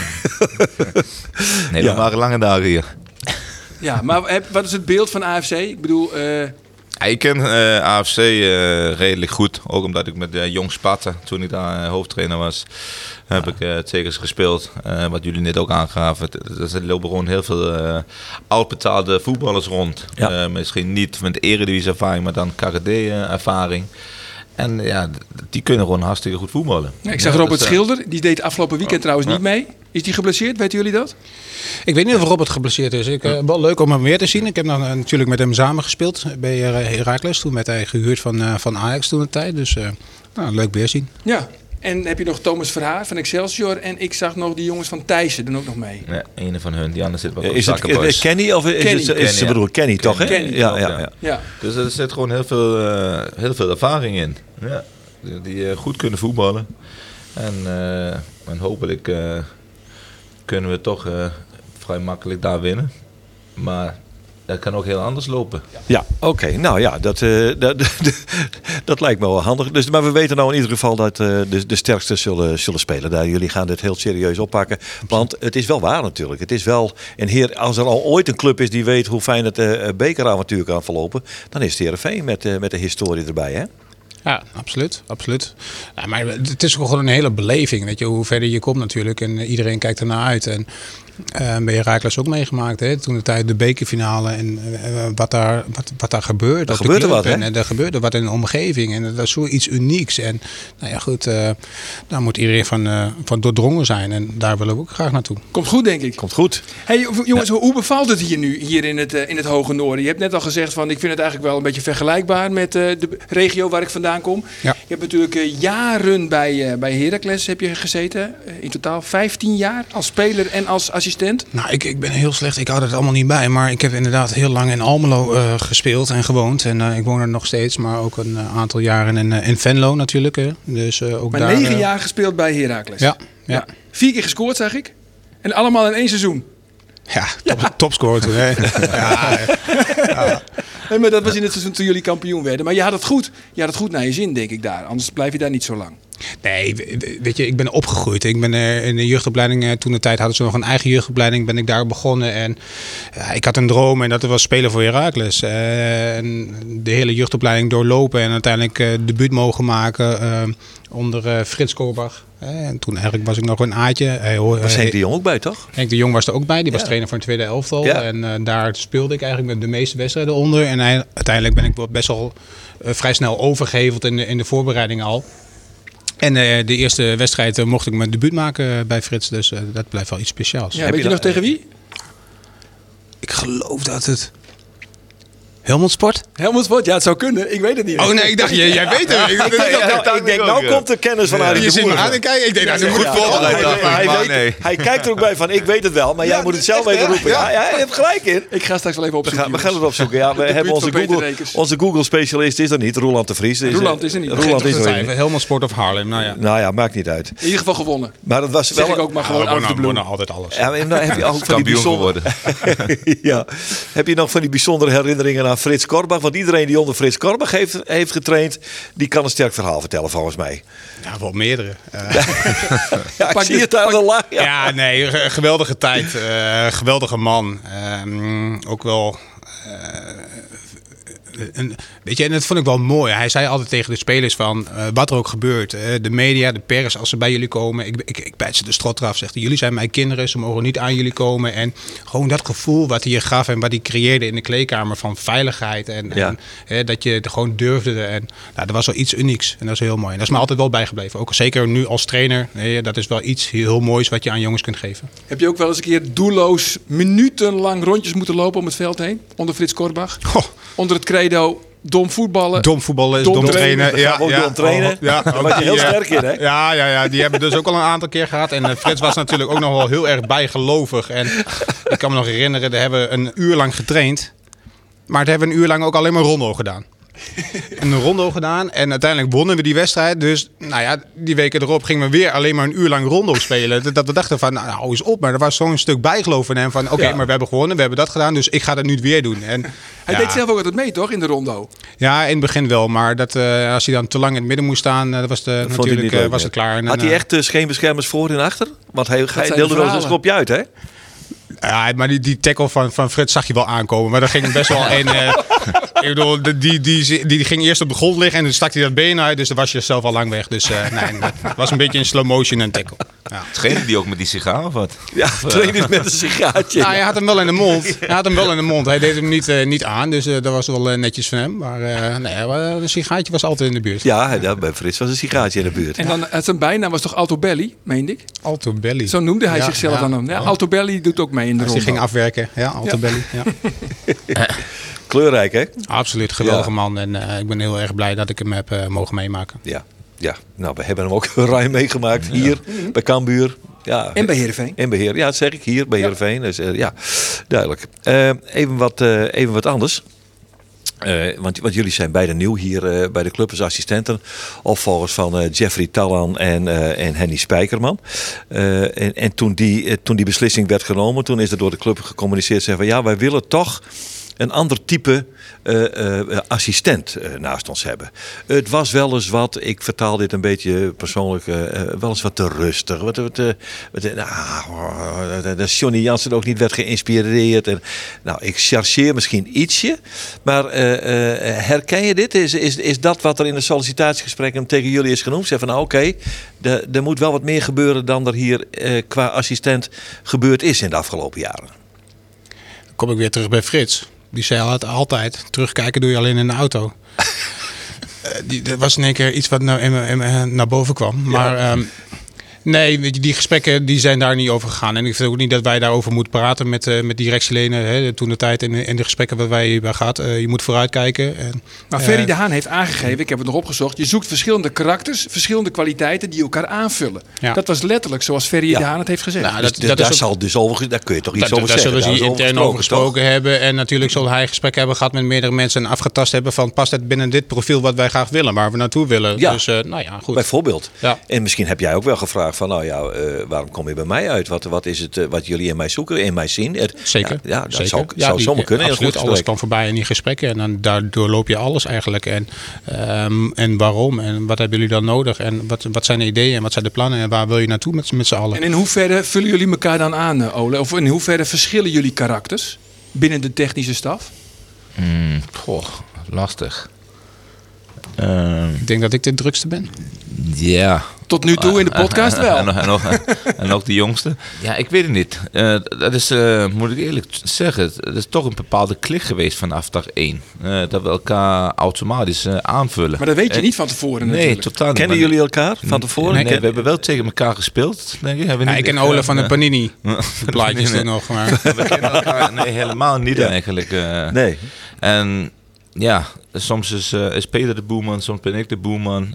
Nee, dat waren lange dagen hier. Ja, maar wat is het beeld van AFC? Ik bedoel... Ik ken AFC redelijk goed. Ook omdat ik met Jong Sparta, toen ik daar hoofdtrainer was, heb ik tegen ze gespeeld. Wat jullie net ook aangaven. Er lopen gewoon heel veel oud-betaalde voetballers rond. Ja. Misschien niet met eredivisie ervaring, maar dan KKD-ervaring. En die kunnen gewoon hartstikke goed voetballen. Ja, ik zag Robert Schilder, die deed afgelopen weekend trouwens niet mee. Is die geblesseerd? Weten jullie dat? Ik weet niet of Robert geblesseerd is. Wel leuk om hem weer te zien. Ik heb natuurlijk met hem samen gespeeld bij Heracles. Toen werd hij gehuurd van Ajax toen de tijd. Dus leuk weerzien. Ja. En heb je nog Thomas Verhaar van Excelsior. En ik zag nog die jongens van Thijssen doen ook nog mee. Ja, een van hun. Die andere zit wel op Is het Kenny of is het zijn broer? Kenny toch, hè? Kenny. Ja. Dus er zit gewoon heel veel ervaring in. Ja. Die goed kunnen voetballen. En hopelijk kunnen we toch vrij makkelijk daar winnen. Maar dat kan ook heel anders lopen. Ja, oké. Nou ja, dat lijkt me wel handig. Dus, maar we weten nou in ieder geval dat de sterkste zullen spelen. Daar, jullie gaan dit heel serieus oppakken. Want het is wel waar natuurlijk. Het is wel als er al ooit een club is die weet hoe fijn het bekeravontuur kan verlopen, dan is het Heerenveen met de historie erbij, hè? Ja, absoluut. Ja, maar het is gewoon een hele beleving. Weet je, hoe verder je komt natuurlijk. En iedereen kijkt ernaar uit. En bij Heracles ook meegemaakt. Hè? Toen de tijd de bekerfinale. En wat daar gebeurde. Er gebeurde wat, hè? En er gebeurde wat in de omgeving. En dat is zoiets unieks. En nou ja, goed. Daar moet iedereen van doordrongen zijn. En daar willen we ook graag naartoe. Komt goed, denk ik. Komt goed. Hey jongens, hoe bevalt het hier in het Hoge Noorden? Je hebt net al gezegd van ik vind het eigenlijk wel een beetje vergelijkbaar met de regio waar ik vandaan kom. Ja. Je hebt natuurlijk jaren bij Heracles heb je gezeten. In totaal 15 jaar als speler en als assistent. Nou, ik ben heel slecht. Ik hou dat allemaal niet bij. Maar ik heb inderdaad heel lang in Almelo gespeeld en gewoond. En ik woon er nog steeds. Maar ook een aantal jaren in Venlo natuurlijk. Dus, ook maar daar, 9 jaar gespeeld bij Heracles. Ja. 4 keer gescoord, zag ik. En allemaal in 1 seizoen. Ja, topscorer toen. Hè? Ja. Nee, maar dat was in het seizoen toen jullie kampioen werden. Maar je had het goed. Je had het goed naar je zin, denk ik daar. Anders blijf je daar niet zo lang. Nee, weet je, ik ben opgegroeid. Ik ben in de jeugdopleiding, toen de tijd hadden ze nog een eigen jeugdopleiding, ben ik daar begonnen. En ik had een droom en dat was spelen voor Heracles. En de hele jeugdopleiding doorlopen en uiteindelijk debuut mogen maken onder Frits Korbach. En toen eigenlijk was ik nog een aatje. Was Henk de Jong ook bij, toch? Henk de Jong was er ook bij. Die was trainer van het tweede elftal. Ja. En daar speelde ik eigenlijk met de meeste wedstrijden onder. En uiteindelijk ben ik best wel vrij snel overgeheveld in de voorbereiding al. En de eerste wedstrijd mocht ik mijn debuut maken bij Frits. Dus dat blijft wel iets speciaals. Ja, weet je nog tegen wie? Ik geloof dat het Helmond Sport? Helmond Sport? Ja, het zou kunnen. Ik weet het niet. Oh nee, ik dacht, jij weet het. Ik denk, nou komt de kennis van Arie Je de zit Boer. me aan en kijken. Ik denk, dat is een goed voorbereid. Hij kijkt er ook bij van, ik weet het wel, maar jij moet het zelf even roepen. Ja, je hebt gelijk in. Ik ga straks wel even opzoeken. We gaan het opzoeken. Ja, we hebben onze Google-specialist is er niet, Roland de Vries. Roland is er niet. Helmond Sport of Haarlem, nou ja, maakt niet uit. In ieder geval gewonnen. Maar dat was wel... Zeg ik ook maar gewoon uit de bloem. altijd alles. Ja, en dan heb je ook van die bijzondere... Ja. Heb je nog van die bijzondere herinneringen aan Frits Korbach? Want iedereen die onder Frits Korbach heeft getraind, die kan een sterk verhaal vertellen volgens mij. Ja, wel meerdere. Ja, ik zie het daar al lang. Ja, nee, geweldige tijd. Geweldige man. Ook wel... weet je, en dat vond ik wel mooi. Hij zei altijd tegen de spelers van wat er ook gebeurt. De media, de pers, als ze bij jullie komen. Ik bijt ze de strot eraf. Zegt, jullie zijn mijn kinderen, ze mogen niet aan jullie komen. En gewoon dat gevoel wat hij je gaf en wat hij creëerde in de kleedkamer van veiligheid. En dat je het gewoon durfde. En dat was wel iets unieks. En dat is heel mooi. En dat is me altijd wel bijgebleven. Ook zeker nu als trainer. Dat is wel iets heel moois wat je aan jongens kunt geven. Heb je ook wel eens een keer doelloos minutenlang rondjes moeten lopen om het veld heen? Onder Frits Korbach? Onder het credo... Dom voetballen. Dom voetballen is dom trainen. Dom trainen. Ja, daar was je heel sterk in, hè? Ja, die hebben dus ook al een aantal keer gehad. En Frits was natuurlijk ook nog wel heel erg bijgelovig. En ik kan me nog herinneren, daar hebben we een uur lang getraind. Maar daar hebben we een uur lang ook alleen maar rondo gedaan. Een rondo gedaan en uiteindelijk wonnen we die wedstrijd. Dus nou ja, die weken erop gingen we weer alleen maar een uur lang rondo spelen. Dat we dachten van, nou hou eens op. Maar er was zo'n stuk bijgeloof in hem van, oké, maar we hebben gewonnen, we hebben dat gedaan. Dus ik ga dat nu weer doen. En, hij deed zelf ook altijd mee, toch, in de rondo? Ja, in het begin wel. Maar als hij dan te lang in het midden moest staan, was het klaar. En had hij echt scheenbeschermers voor en achter? Want hij deelde wel eens een schopje uit, hè? Ja, maar die tackle van Frits zag je wel aankomen. Maar daar ging best wel in. Ik bedoel, die ging eerst op de grond liggen en dan stak hij dat been uit. Dus dan was je zelf al lang weg. Dus nee, het was een beetje in slow motion een tackle. Ja. Trainde die ook met die sigaar of wat? Ja, trainde met een sigaartje. Nou, hij had hem wel in de mond. Hij deed hem niet aan. Dus dat was wel netjes van hem. Maar een sigaartje was altijd in de buurt. Ja, bij Frits was een sigaartje in de buurt. En dan zijn bijnaam was toch Alto Belly, meende ik? Alto Belly. Zo noemde hij zichzelf dan. Ja, Alto Belly doet ook mee in de ronde. Die ging afwerken. Ja, Alto Belly. Ja. Kleurrijk, hè? Absoluut, geweldige man. En ik ben heel erg blij dat ik hem heb mogen meemaken. Ja. Ja, nou, we hebben hem ook ruim meegemaakt hier bij Cambuur. Ja, En bij Heerenveen. En bij Heer, ja, dat zeg ik hier bij Heerenveen. Dus, ja, duidelijk. Even wat anders. Want jullie zijn beide nieuw hier bij de club als assistenten. Opvolgers van Jeffrey Tallan en Henny Spijkerman. En toen die beslissing werd genomen, toen is er door de club gecommuniceerd. Zeggen van ja, wij willen toch een ander type assistent naast ons hebben. Het was wel eens wat, ik vertaal dit een beetje persoonlijk, wel eens wat te rustig. Dat Johnny Jansen ook niet werd geïnspireerd. En, nou, ik chargeer misschien ietsje, maar herken je dit? Is dat wat er in de sollicitatiegesprekken tegen jullie is genoemd? Zeg van nou oké, er moet wel wat meer gebeuren dan er hier qua assistent gebeurd is in de afgelopen jaren. Dan kom ik weer terug bij Frits. Die zei altijd, terugkijken doe je alleen in de auto. Dat was in één keer iets wat naar boven kwam. Maar nee, weet je, die gesprekken die zijn daar niet over gegaan. En ik vind ook niet dat wij daarover moeten praten met directieleden. Toen de tijd in de gesprekken wat wij hierbij gehad. Je moet vooruitkijken. Maar Ferry de Haan heeft aangegeven, ik heb het nog opgezocht. Je zoekt verschillende karakters, verschillende kwaliteiten die elkaar aanvullen. Ja. Dat was letterlijk zoals Ferry de Haan het heeft gezegd. Nou, daar kun je toch iets over zeggen. Daar zullen ze intern over gesproken hebben. En natuurlijk zal hij gesprekken hebben gehad met meerdere mensen. En afgetast hebben van past het binnen dit profiel wat wij graag willen. Waar we naartoe willen. Ja. Dus goed. Bijvoorbeeld. Ja. En misschien heb jij ook wel gevraagd van nou ja, waarom kom je bij mij uit? Wat is het wat jullie in mij zoeken, in mij zien? Zeker. Ja, dat zeker. zou zomaar kunnen. Absoluut, alles kwam voorbij in die gesprekken. En dan daardoor loop je alles eigenlijk. En waarom? En wat hebben jullie dan nodig? En wat zijn de ideeën? En wat zijn de plannen? En waar wil je naartoe met z'n allen? En in hoeverre vullen jullie elkaar dan aan, Ole? Of in hoeverre verschillen jullie karakters binnen de technische staf? Lastig. Ik denk dat ik de drukste ben. Ja. Tot nu toe in de podcast wel. En ook de jongste. Ja, ik weet het niet. Dat is, moet ik eerlijk zeggen, het is toch een bepaalde klik geweest vanaf dag 1. Dat we elkaar automatisch aanvullen. Maar dat weet je niet van tevoren natuurlijk. Nee, totaal niet. Kennen jullie elkaar van tevoren? Nee, we hebben wel tegen elkaar gespeeld, denk ik. Ik ken Ole van de Panini. De plaatjes toen nog. Maar. We kennen elkaar helemaal niet eigenlijk. Nee. En ja, soms is Peter de boeman, soms ben ik de boeman.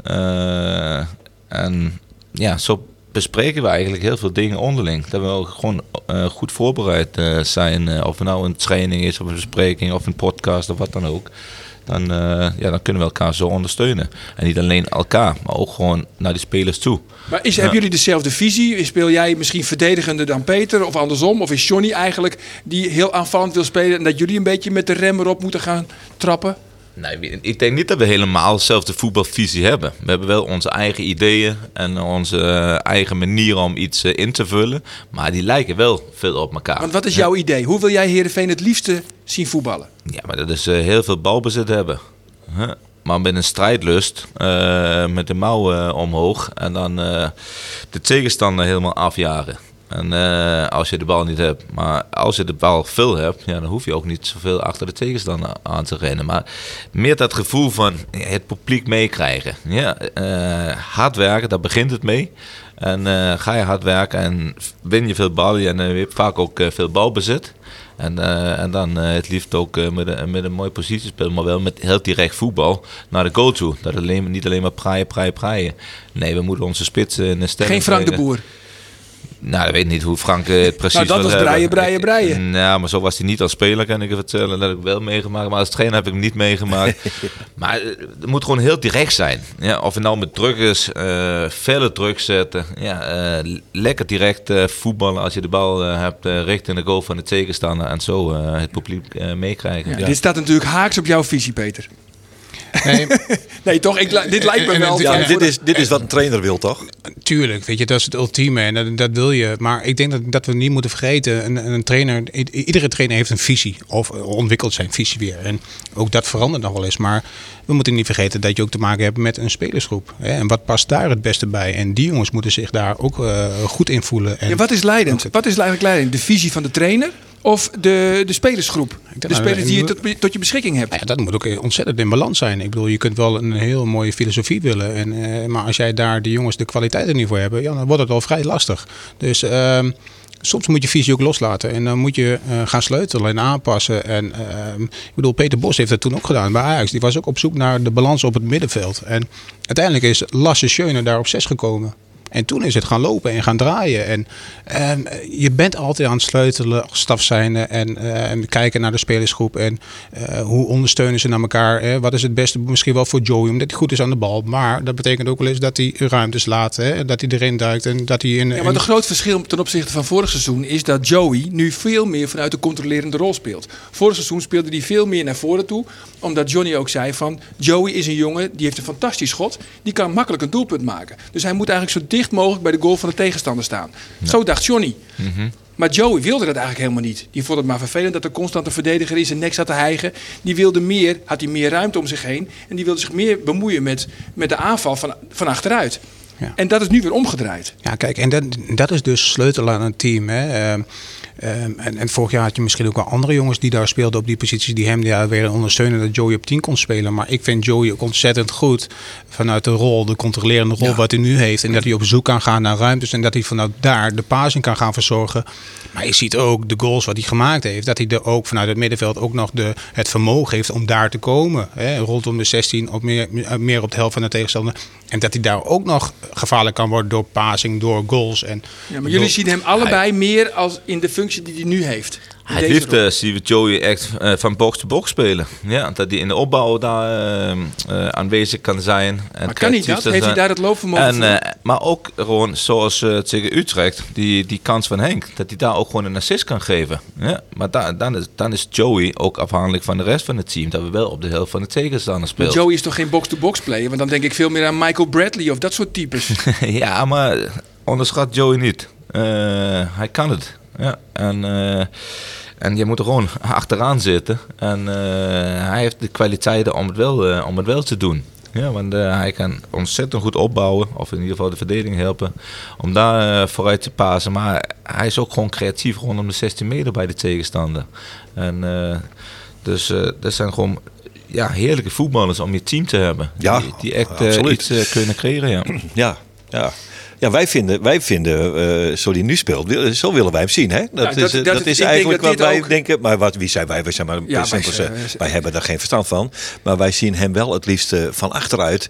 En ja, zo bespreken we eigenlijk heel veel dingen onderling. Dat we ook gewoon goed voorbereid zijn. Of het nou een training is, of een bespreking, of een podcast, of wat dan ook. Dan kunnen we elkaar zo ondersteunen. En niet alleen elkaar, maar ook gewoon naar die spelers toe. Maar hebben jullie dezelfde visie? Speel jij misschien verdedigender dan Peter of andersom? Of is Johnny eigenlijk die heel aanvallend wil spelen en dat jullie een beetje met de rem erop moeten gaan trappen? Nee, ik denk niet dat we helemaal dezelfde voetbalvisie hebben. We hebben wel onze eigen ideeën en onze eigen manier om iets in te vullen. Maar die lijken wel veel op elkaar. Want wat is jouw idee? Hoe wil jij Heerenveen het liefste zien voetballen? Ja, maar dat is heel veel balbezit hebben. Maar met een strijdlust, met de mouwen omhoog en dan de tegenstander helemaal afjagen. En als je de bal niet hebt, maar als je de bal veel hebt, ja, dan hoef je ook niet zoveel achter de tegenstander aan te rennen. Maar meer dat gevoel van het publiek meekrijgen. Ja, hard werken, daar begint het mee. En ga je hard werken en win je veel ballen en je hebt vaak ook veel balbezit. En dan het liefst ook met een mooi positiespel, maar wel met heel direct voetbal naar de goal toe. Dat niet alleen maar praaien. Nee, we moeten onze spitsen in de stelling. Geen Frank de Boer. Nou, ik weet niet hoe Frank het precies nou, dat was breien. Ja, maar zo was hij niet als speler, kan ik je vertellen. Dat heb ik wel meegemaakt. Maar als trainer heb ik hem niet meegemaakt. Maar het moet gewoon heel direct zijn. Ja, of het nou met druk is, felle druk zetten. Ja, lekker direct voetballen als je de bal hebt richting de goal van de tegenstander. En zo het publiek meekrijgen. Ja. Dit staat natuurlijk haaks op jouw visie, Peter. Nee, toch? Dit lijkt me wel. Ja, dit is wat een trainer wil, toch? Tuurlijk, weet je, dat is het ultieme en dat wil je. Maar ik denk dat we niet moeten vergeten, een trainer, iedere trainer heeft een visie of ontwikkelt zijn visie weer. En ook dat verandert nog wel eens. Maar we moeten niet vergeten dat je ook te maken hebt met een spelersgroep. En wat past daar het beste bij? En die jongens moeten zich daar ook goed in voelen. En wat is leidend? Wat is eigenlijk leidend? De visie van de trainer? Of de spelersgroep? De spelers die je tot je beschikking hebt? Ja, dat moet ook ontzettend in balans zijn. Ik bedoel, je kunt wel een heel mooie filosofie willen. Maar als jij daar de jongens de kwaliteiten niet voor hebben, ja, dan wordt het al vrij lastig. Dus soms moet je visie ook loslaten. En dan moet je gaan sleutelen en aanpassen. En ik bedoel, Peter Bos heeft dat toen ook gedaan bij Ajax. Die was ook op zoek naar de balans op het middenveld. En uiteindelijk is Lasse Schöne daar op 6 gekomen. En toen is het gaan lopen en gaan draaien. En je bent altijd aan het sleutelen, staf zijn en kijken naar de spelersgroep. En hoe ondersteunen ze naar elkaar. Wat is het beste misschien wel voor Joey, omdat hij goed is aan de bal. Maar dat betekent ook wel eens dat hij ruimtes laat. Dat hij erin duikt. En dat hij maar een groot verschil ten opzichte van vorig seizoen is dat Joey nu veel meer vanuit de controlerende rol speelt. Vorig seizoen speelde hij veel meer naar voren toe. Omdat Johnny ook zei van Joey is een jongen, die heeft een fantastisch schot. Die kan makkelijk een doelpunt maken. Dus hij moet eigenlijk zo dicht mogelijk bij de goal van de tegenstander staan. Ja. Zo dacht Johnny. Mm-hmm. Maar Joey wilde dat eigenlijk helemaal niet. Die vond het maar vervelend dat er constant een verdediger in zijn nek zat te hijgen. Die wilde meer, had hij meer ruimte om zich heen. En die wilde zich meer bemoeien met de aanval van achteruit. Ja. En dat is nu weer omgedraaid. Ja, kijk, en dat is dus sleutel aan een team. Hè. En vorig jaar had je misschien ook wel andere jongens die daar speelden op die posities, die hem weer ondersteunen dat Joey op 10 kon spelen. Maar ik vind Joey ook ontzettend goed vanuit de rol, de controlerende rol wat hij nu heeft. En dat hij op zoek kan gaan naar ruimtes en dat hij vanuit daar de passing kan gaan verzorgen. Maar je ziet ook de goals wat hij gemaakt heeft, dat hij er ook vanuit het middenveld ook nog het vermogen heeft om daar te komen. Hè, rondom de 16 of meer op de helft van de tegenstander. En dat hij daar ook nog gevaarlijk kan worden door passing, door goals. Maar jullie zien hem allebei meer als in de functie die hij nu heeft. Hij heeft, zien we Joey echt van box to box spelen. Ja, dat hij in de opbouw daar aanwezig kan zijn. Maar kan hij dat? Heeft hij daar het loopvermogen voor? Maar ook gewoon zoals tegen Utrecht, die kans van Henk. Dat hij daar ook gewoon een assist kan geven. Ja, maar dan is Joey ook afhankelijk van de rest van het team. Dat we wel op de helft van de tegenstander spelen. Maar Joey is toch geen box-to-box player? Want dan denk ik veel meer aan Michael Bradley of dat soort types. Ja, maar onderschat Joey niet. Hij kan het. Ja, en je moet er gewoon achteraan zitten. En hij heeft de kwaliteiten om het wel te doen. Ja, want hij kan ontzettend goed opbouwen. Of in ieder geval de verdediging helpen. Om daar vooruit te passen. Maar hij is ook gewoon creatief rondom de 16 meter bij de tegenstander. En dus dat zijn gewoon heerlijke voetballers om je team te hebben. Ja, die echt iets kunnen creëren. Ja. Ja, wij vinden zo die nu speelt, zo willen wij hem zien. Hè? Dat is eigenlijk wat wij ook denken. Maar wie zijn wij? Wij zijn maar wij hebben daar geen verstand van. Maar wij zien hem wel het liefst van achteruit.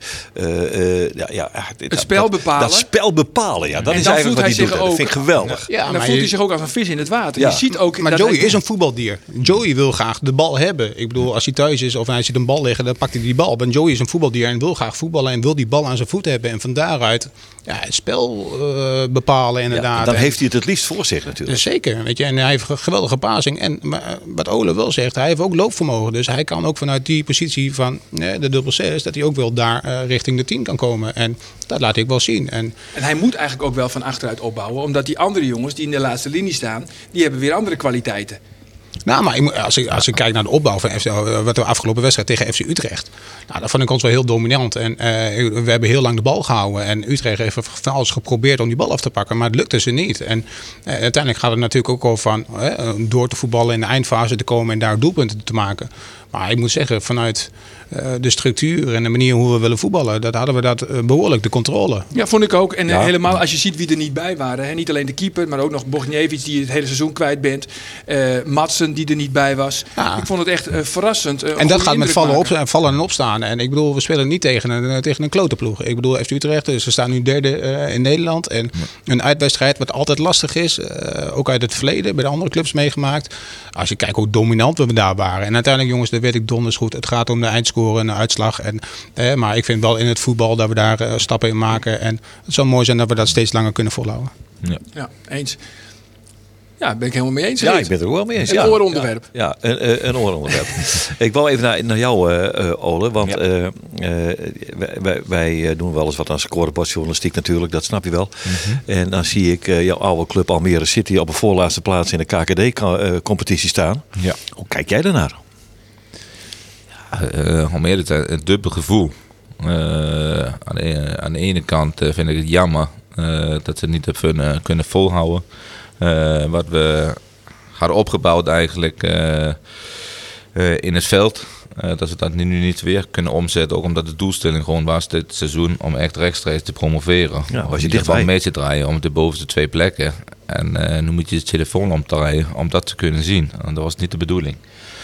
Het spel bepalen. Dat spel bepalen, ja. Dat is eigenlijk wat hij doet. Dat vind ik geweldig. Ja, en dan voelt hij zich ook als een vis in het water. Ja. Je ziet ook, maar Joey is een voetbaldier. Joey wil graag de bal hebben. Ik bedoel, als hij thuis is of hij ziet een bal liggen, dan pakt hij die bal. Want Joey is een voetbaldier en wil graag voetballen en wil die bal aan zijn voet hebben. En van daaruit het spel bepalen inderdaad. Ja, dan heeft hij het liefst voor zich natuurlijk. Zeker, weet je. En hij heeft een geweldige passing. En wat Ole wel zegt, hij heeft ook loopvermogen. Dus hij kan ook vanuit die positie van de dubbel 6, dat hij ook wel daar richting de 10 kan komen. En dat laat ik wel zien. En hij moet eigenlijk ook wel van achteruit opbouwen. Omdat die andere jongens die in de laatste linie staan, die hebben weer andere kwaliteiten. Nou, maar als ik kijk naar de opbouw van wat we afgelopen wedstrijd tegen FC Utrecht. Nou, dat vond ik ons wel heel dominant. En we hebben heel lang de bal gehouden. En Utrecht heeft van alles geprobeerd om die bal af te pakken. Maar het lukte ze niet. En uiteindelijk gaat het natuurlijk ook over van door te voetballen in de eindfase te komen en daar doelpunten te maken. Maar ik moet zeggen, vanuit de structuur en de manier hoe we willen voetballen, hadden we dat behoorlijk de controle. Ja, vond ik ook. En helemaal als je ziet wie er niet bij waren. Hè? Niet alleen de keeper, maar ook nog Bogniewicz die het hele seizoen kwijt bent. Madsen die er niet bij was. Ja. Ik vond het echt verrassend. En dat gaat met vallen en opstaan. En ik bedoel, we spelen niet tegen een klote ploeg. Ik bedoel, FC Utrecht, ze staan nu derde in Nederland. En een uitwedstrijd wat altijd lastig is. Ook uit het verleden, bij de andere clubs meegemaakt. Als je kijkt hoe dominant we daar waren. En uiteindelijk, jongens, dat weet ik donders goed. Het gaat om de eindscore en de uitslag. Maar ik vind wel in het voetbal dat we daar stappen in maken. En het zou mooi zijn dat we dat steeds langer kunnen volhouden. Ja, eens. Ja, ben ik helemaal mee eens. Ja, ik ben er ook wel mee eens. Een ooronderwerp. Ja, een ooronderwerp. Ik wou even naar jou, Ole. Want wij doen wel eens wat aan scorebordjournalistiek natuurlijk. Dat snap je wel. Mm-hmm. En dan zie ik jouw oude club Almere City op een voorlaatste plaats in de KKD-competitie staan. Ja. Hoe kijk jij daarnaar? Almere is een dubbel gevoel. Aan de ene kant vind ik het jammer dat ze het niet hebben kunnen volhouden. Wat we hadden opgebouwd eigenlijk in het veld. Dat we dat nu niet weer kunnen omzetten. Ook omdat de doelstelling gewoon was dit seizoen om echt rechtstreeks te promoveren. Ja, was je dichtbij mee te draaien om de bovenste 2 plekken. En nu moet je de telefoon omdraaien om dat te kunnen zien. En dat was niet de bedoeling.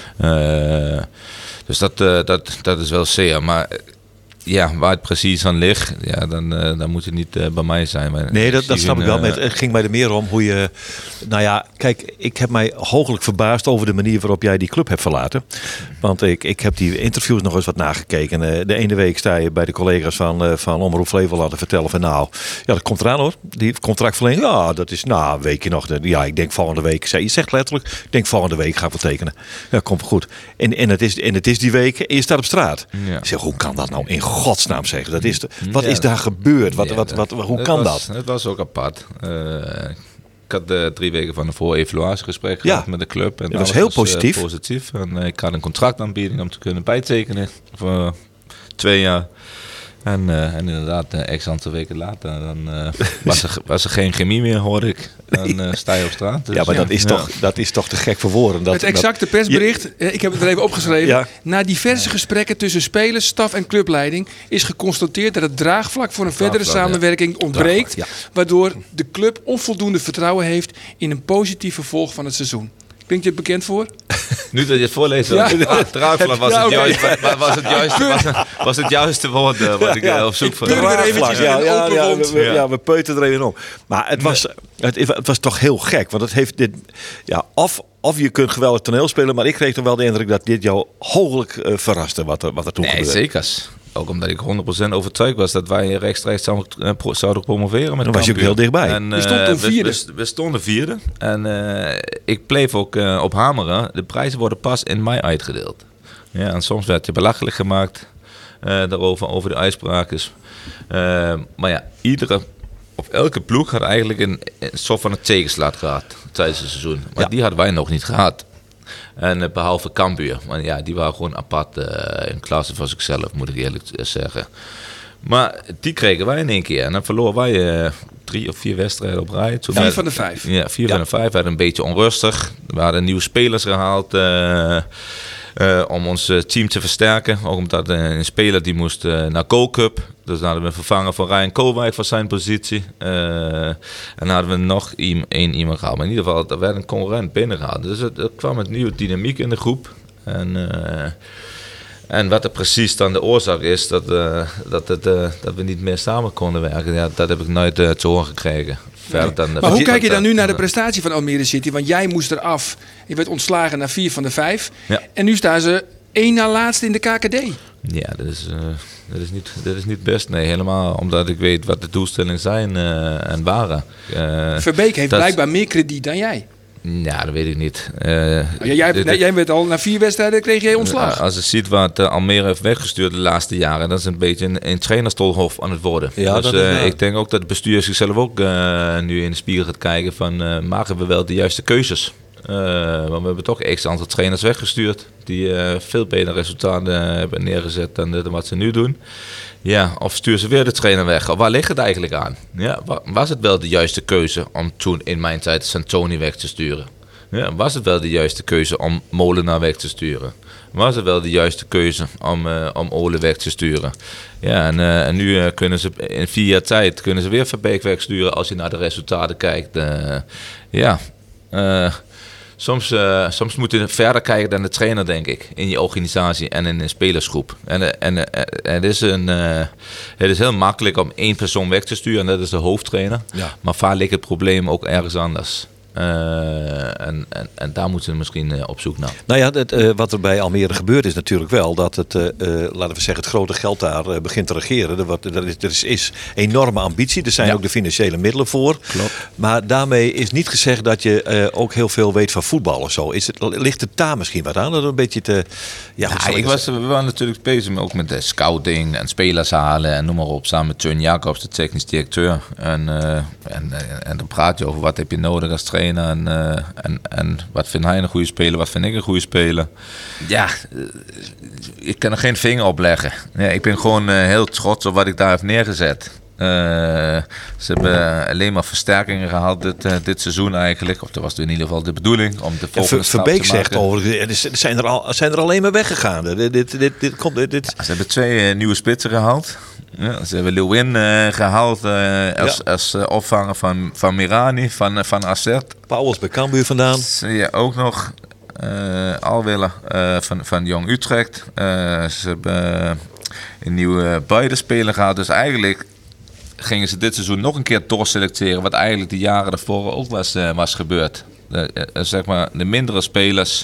Dus dat is wel zeer. Maar ja, waar het precies aan ligt, ja, dan moet het niet bij mij zijn. Maar nee, dat snap ik wel. Maar het ging mij er meer om hoe je... Nou ja, kijk, ik heb mij hooglijk verbaasd over de manier waarop jij die club hebt verlaten. Want ik heb die interviews nog eens wat nagekeken. De ene week sta je bij de collega's van Omroep Flevoland te vertellen van nou, ja, dat komt eraan hoor. Die contractverlenging, ja, dat is een weekje nog. Ja, ik denk volgende week. Je zegt letterlijk, ik denk volgende week ga ik wel tekenen. Ja, komt goed. En het is die week en je staat op straat. Ja. Ik zeg, hoe kan dat nou in godsnaam zeggen? Dat is wat is daar gebeurd? Hoe kan dat? Het was ook apart. Ik had 3 weken van een evaluatiegesprek gehad met de club. En dat was heel positief. Positief. En ik had een contractaanbieding om te kunnen bijtekenen voor 2 jaar. En inderdaad, x aantal weken later, dan was er geen chemie meer, hoorde ik. Dan sta je op straat. Dus, ja, maar dat is toch te gek voor woorden. Het exacte persbericht, ik heb het er even opgeschreven. Ja. Na diverse gesprekken tussen spelers, staf en clubleiding is geconstateerd dat het draagvlak voor een verdere samenwerking ontbreekt. Waardoor de club onvoldoende vertrouwen heeft in een positief vervolg van het seizoen. Klinkt je het bekend voor? Nu dat je het voorleest, draagvlak was het juiste woord wat ik op zoek van. We peuten er even op. Maar het was toch heel gek. Want het heeft dit, of je kunt geweldig toneel spelen, maar ik kreeg toch wel de indruk dat dit jou hooglijk verraste wat er toen gebeurde. Zeker. Ook omdat ik 100% overtuigd was dat wij rechtstreeks zouden promoveren. Met dan was je ook heel dichtbij. Je stond toen vierde. We stonden vierde. En ik bleef ook op hameren. De prijzen worden pas in mei uitgedeeld. Ja, en soms werd je belachelijk gemaakt over de uitspraken. Maar ja, elke ploeg had eigenlijk een soort van een tegenslag gehad tijdens het seizoen. Maar die hadden wij nog niet gehad. En behalve Cambuur. Maar ja, die waren gewoon apart in klasse van zichzelf, moet ik eerlijk zeggen. Maar die kregen wij in 1 keer. En dan verloren wij 3 of 4 wedstrijden op rij. 4 van de 5. Ja, 4 van de 5. We hadden een beetje onrustig. We hadden nieuwe spelers gehaald om ons team te versterken. Ook omdat een speler die moest naar Gold Cup. Dus dan hadden we een vervanger van Ryan Koolwijk voor zijn positie. En dan hadden we nog 1 iemand gehaald. Maar in ieder geval, er werd een concurrent binnengehaald. Dus er kwam een nieuwe dynamiek in de groep. En wat er precies dan de oorzaak is dat we niet meer samen konden werken, ja, dat heb ik nooit te horen gekregen. Maar hoe kijk je dan nu naar de prestatie van Almere City? Want jij moest eraf. Je werd ontslagen naar 4 van de 5. Ja. En nu staan ze 1 na laatste in de KKD. Ja, dat is niet best. Nee, helemaal omdat ik weet wat de doelstellingen zijn en waren. Verbeek heeft blijkbaar meer krediet dan jij. Ja, dat weet ik niet. Jij werd al na 4 wedstrijden kreeg jij ontslag. Als je ziet wat Almere heeft weggestuurd de laatste jaren, dat is een beetje een trainerstolhof aan het worden. Ja, dus ik denk ook dat het bestuur zichzelf ook nu in de spiegel gaat kijken van maken we wel de juiste keuzes. Want we hebben toch een aantal trainers weggestuurd die veel betere resultaten hebben neergezet dan wat ze nu doen. Ja, of stuur ze weer de trainer weg? Of waar ligt het eigenlijk aan? Ja, was het wel de juiste keuze om toen in mijn tijd Santoni weg te sturen? Ja, was het wel de juiste keuze om Molenaar weg te sturen? Was het wel de juiste keuze om Ole weg te sturen? Ja, en nu kunnen ze in 4 jaar tijd weer Verbeek wegsturen als je naar de resultaten kijkt. Soms moet je verder kijken dan de trainer, denk ik, in je organisatie en in een spelersgroep. Het is heel makkelijk om 1 persoon weg te sturen en dat is de hoofdtrainer. Ja. Maar vaak ligt het probleem ook ergens anders. En daar moeten we misschien op zoek naar. Nou ja, wat er bij Almere gebeurt is natuurlijk wel dat het, laten we zeggen, het grote geld daar begint te regeren. Er is enorme ambitie, er zijn ook de financiële middelen voor. Klopt. Maar daarmee is niet gezegd dat je ook heel veel weet van voetbal of zo. Ligt het daar misschien wat aan? Dat een beetje te... We waren natuurlijk bezig ook met de scouting en spelers halen en noem maar op. Samen met Teun Jacobs, de technisch directeur. En dan praat je over wat heb je nodig als trainer. En wat vindt hij een goede speler, wat vind ik een goede speler. Ja, ik kan er geen vinger op leggen. Ja, ik ben gewoon heel trots op wat ik daar heb neergezet. Ze hebben alleen maar versterkingen gehaald dit seizoen eigenlijk. Of dat was in ieder geval de bedoeling om de volgende stap te maken. Verbeek zegt overigens, zijn er alleen maar weggegaan. Ze hebben 2 nieuwe spitsen gehaald. Ja, ze hebben Lewin gehaald als opvanger van Mirani, van AZ. Pauwels bij Cambuur vandaan. Ja, ook nog Alwiller van Jong Utrecht. Ze hebben een nieuwe buitenspeler gehad. Dus eigenlijk gingen ze dit seizoen nog een keer doorselecteren, wat eigenlijk de jaren daarvoor ook was gebeurd. Zeg maar de mindere spelers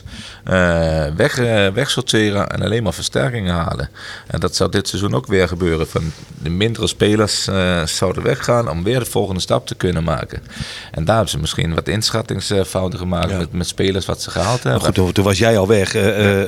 wegsorteren en alleen maar versterkingen halen. En dat zou dit seizoen ook weer gebeuren. Van de mindere spelers zouden weggaan om weer de volgende stap te kunnen maken. En daar hebben ze misschien wat inschattingsfouten gemaakt met spelers wat ze gehaald hebben. Maar goed, toen was jij al weg.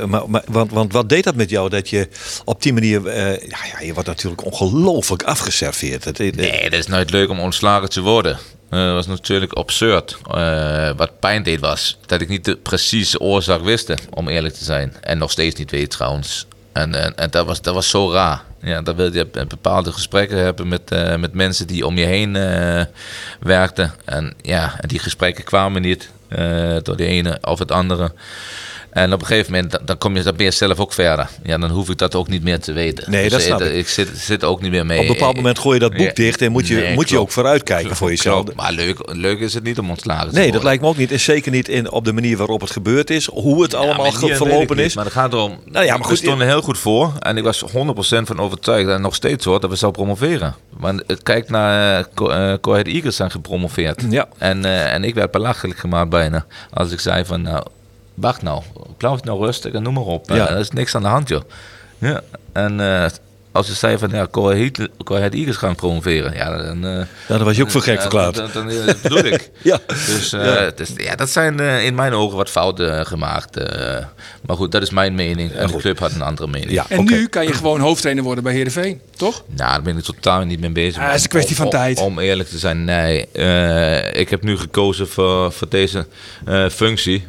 Want wat deed dat met jou dat je op die manier... je wordt natuurlijk ongelooflijk afgeserveerd. Nee, dat is nooit leuk om ontslagen te worden. Dat was natuurlijk absurd. Wat pijn deed was dat ik niet de precieze oorzaak wist, om eerlijk te zijn. En nog steeds niet weet trouwens. En dat was zo raar. Ja, dan wilde je bepaalde gesprekken hebben met mensen die om je heen werkten. En die gesprekken kwamen niet door de ene of het andere. En op een gegeven moment, dan ben je zelf ook verder. Ja, dan hoef ik dat ook niet meer te weten. Nee, dus dat snap ik. Ik zit ook niet meer mee. Op een bepaald moment gooi je dat boek dicht en moet je ook vooruitkijken voor jezelf. Klopt. Maar leuk is het niet om ontslagen te worden. Nee, dat lijkt me ook niet. En zeker niet op de manier waarop het gebeurd is. Hoe het allemaal verlopen is. Maar het gaat erom, we stonden heel goed voor. En ik was 100% van overtuigd, en nog steeds hoor, dat we zouden promoveren. Want kijk naar Go Ahead Eagles zijn gepromoveerd. Ja. En ik werd belachelijk gemaakt bijna. Als ik zei van... wacht nou, blijf nou rustig en noem maar op. Er is niks aan de hand, joh. Ja. En als ze zei van, Go Ahead Eagles gaan promoveren, dan was je ook voor gek verklaard. Dat bedoel ik. Dus dat zijn in mijn ogen wat fouten gemaakt. Maar goed, dat is mijn mening. En de club had een andere mening. Ja, en nu kan je gewoon hoofdtrainer worden bij Heerenveen, toch? Nou, daar ben ik totaal niet mee bezig. Het is een kwestie van tijd. Om eerlijk te zijn, nee. Ik heb nu gekozen voor deze functie.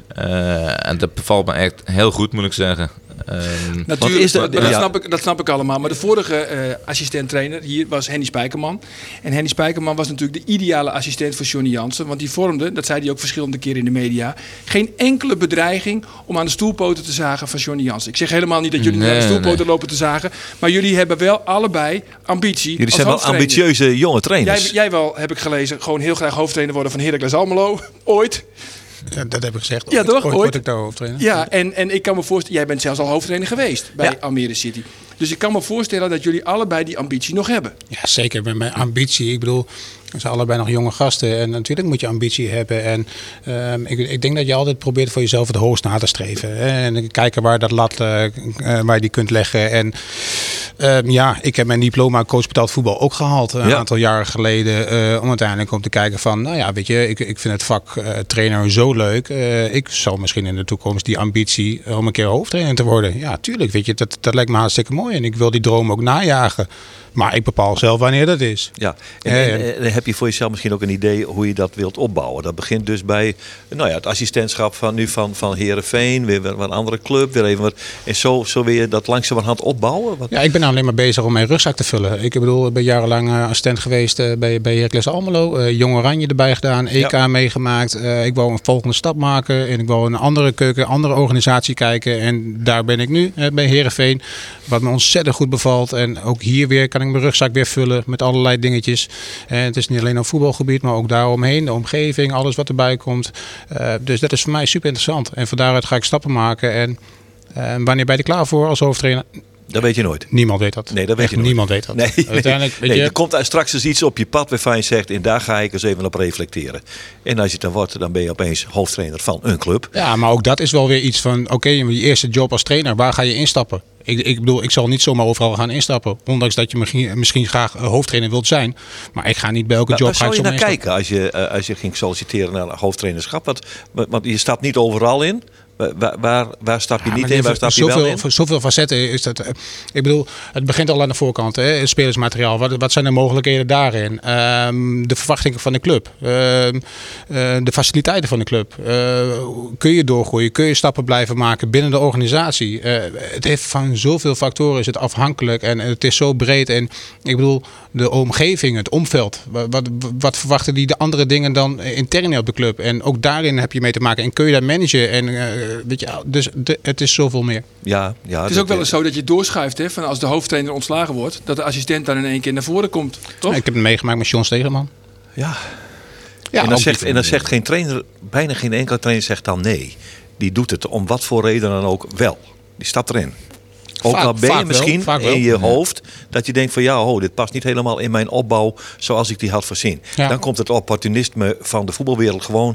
En dat bevalt me echt heel goed, moet ik zeggen. Natuurlijk, dat snap ik allemaal. Maar de vorige assistent-trainer hier was Henny Spijkerman. En Henny Spijkerman was natuurlijk de ideale assistent voor Johnny Jansen. Want die vormde, dat zei hij ook verschillende keren in de media, geen enkele bedreiging om aan de stoelpoten te zagen van Johnny Jansen. Ik zeg helemaal niet dat jullie aan de stoelpoten lopen te zagen. Maar jullie hebben wel allebei ambitie. Jullie zijn wel ambitieuze jonge trainers. Jij wel, heb ik gelezen, gewoon heel graag hoofdtrainer worden van Heracles Almelo. Ooit. Ja, dat heb ik gezegd. Ja, toch? Ooit word ik daar hoofdtrainer. Ja, en ik kan me voorstellen, jij bent zelfs al hoofdtrainer geweest bij Almere City. Dus ik kan me voorstellen dat jullie allebei die ambitie nog hebben. Ja, zeker. Met mijn ambitie. Ik bedoel, we zijn allebei nog jonge gasten. En natuurlijk moet je ambitie hebben. En ik denk dat je altijd probeert voor jezelf het hoogst na te streven. En kijken waar dat lat, waar je die kunt leggen. En ik heb mijn diploma coach betaald voetbal ook gehaald. Een aantal jaren geleden. Om uiteindelijk om te kijken van, weet je, ik vind het vak trainer zo leuk. Ik zou misschien in de toekomst die ambitie om een keer hoofdtrainer te worden. Ja, tuurlijk. Weet je, dat lijkt me hartstikke mooi. En ik wil die droom ook najagen. Maar ik bepaal zelf wanneer dat is. Ja, en heb je voor jezelf misschien ook een idee hoe je dat wilt opbouwen? Dat begint dus bij het assistentschap van Heerenveen, weer een andere club, weer even wat. En zo wil je dat langzamerhand opbouwen? Ja, ik ben alleen maar bezig om mijn rugzak te vullen. Ik bedoel, ik ben jarenlang assistent geweest bij Heracles Almelo. Jong Oranje erbij gedaan, EK meegemaakt. Ik wou een volgende stap maken en ik wou een andere keuken, andere organisatie kijken. En daar ben ik nu bij Heerenveen. Wat me ontzettend goed bevalt. En ook hier weer kan ik mijn rugzak weer vullen met allerlei dingetjes. En het is niet alleen op voetbalgebied, maar ook daaromheen, de omgeving, alles wat erbij komt. Dus dat is voor mij super interessant. En van daaruit ga ik stappen maken. En wanneer ben je er klaar voor als hoofdtrainer? Dat weet je nooit. Niemand weet dat. Nee, dat weet je nooit. Niemand weet dat. Nee, uiteindelijk, er komt straks eens iets op je pad waarvan je zegt, en daar ga ik eens even op reflecteren. En als je het dan wordt, dan ben je opeens hoofdtrainer van een club. Ja, maar ook dat is wel weer iets van, oké, je eerste job als trainer, waar ga je instappen? Ik bedoel, ik zal niet zomaar overal gaan instappen. Ondanks dat je misschien graag hoofdtrainer wilt zijn. Maar ik ga niet bij elke job gaan instappen. Waar zou je naar kijken als je ging solliciteren naar hoofdtrainerschap? Want je stapt niet overal in. Waar stap je niet in? Waar stap je wel in? Zoveel facetten is dat. Ik bedoel, het begint al aan de voorkant. Het spelersmateriaal. Wat zijn de mogelijkheden daarin? De verwachtingen van de club. De faciliteiten van de club. Kun je doorgroeien? Kun je stappen blijven maken binnen de organisatie? Het heeft van zoveel factoren is het afhankelijk. En het is zo breed. En ik bedoel, de omgeving, het omveld. Wat verwachten die de andere dingen dan intern op de club? En ook daarin heb je mee te maken. En kun je dat managen? En weet je, dus het is zoveel meer. Ja, Het is ook wel eens zo dat je doorschuift, hè, van als de hoofdtrainer ontslagen wordt, dat de assistent dan in één keer naar voren komt. Toch? Ja, ik heb het meegemaakt met John Stegeman. Ja. Ja, En dan zegt geen trainer, bijna geen enkele trainer zegt dan nee. Die doet het om wat voor reden dan ook wel. Die stapt erin. Ook al ben je misschien in je hoofd dat je denkt van dit past niet helemaal in mijn opbouw zoals ik die had voorzien. Ja. Dan komt het opportunisme van de voetbalwereld gewoon,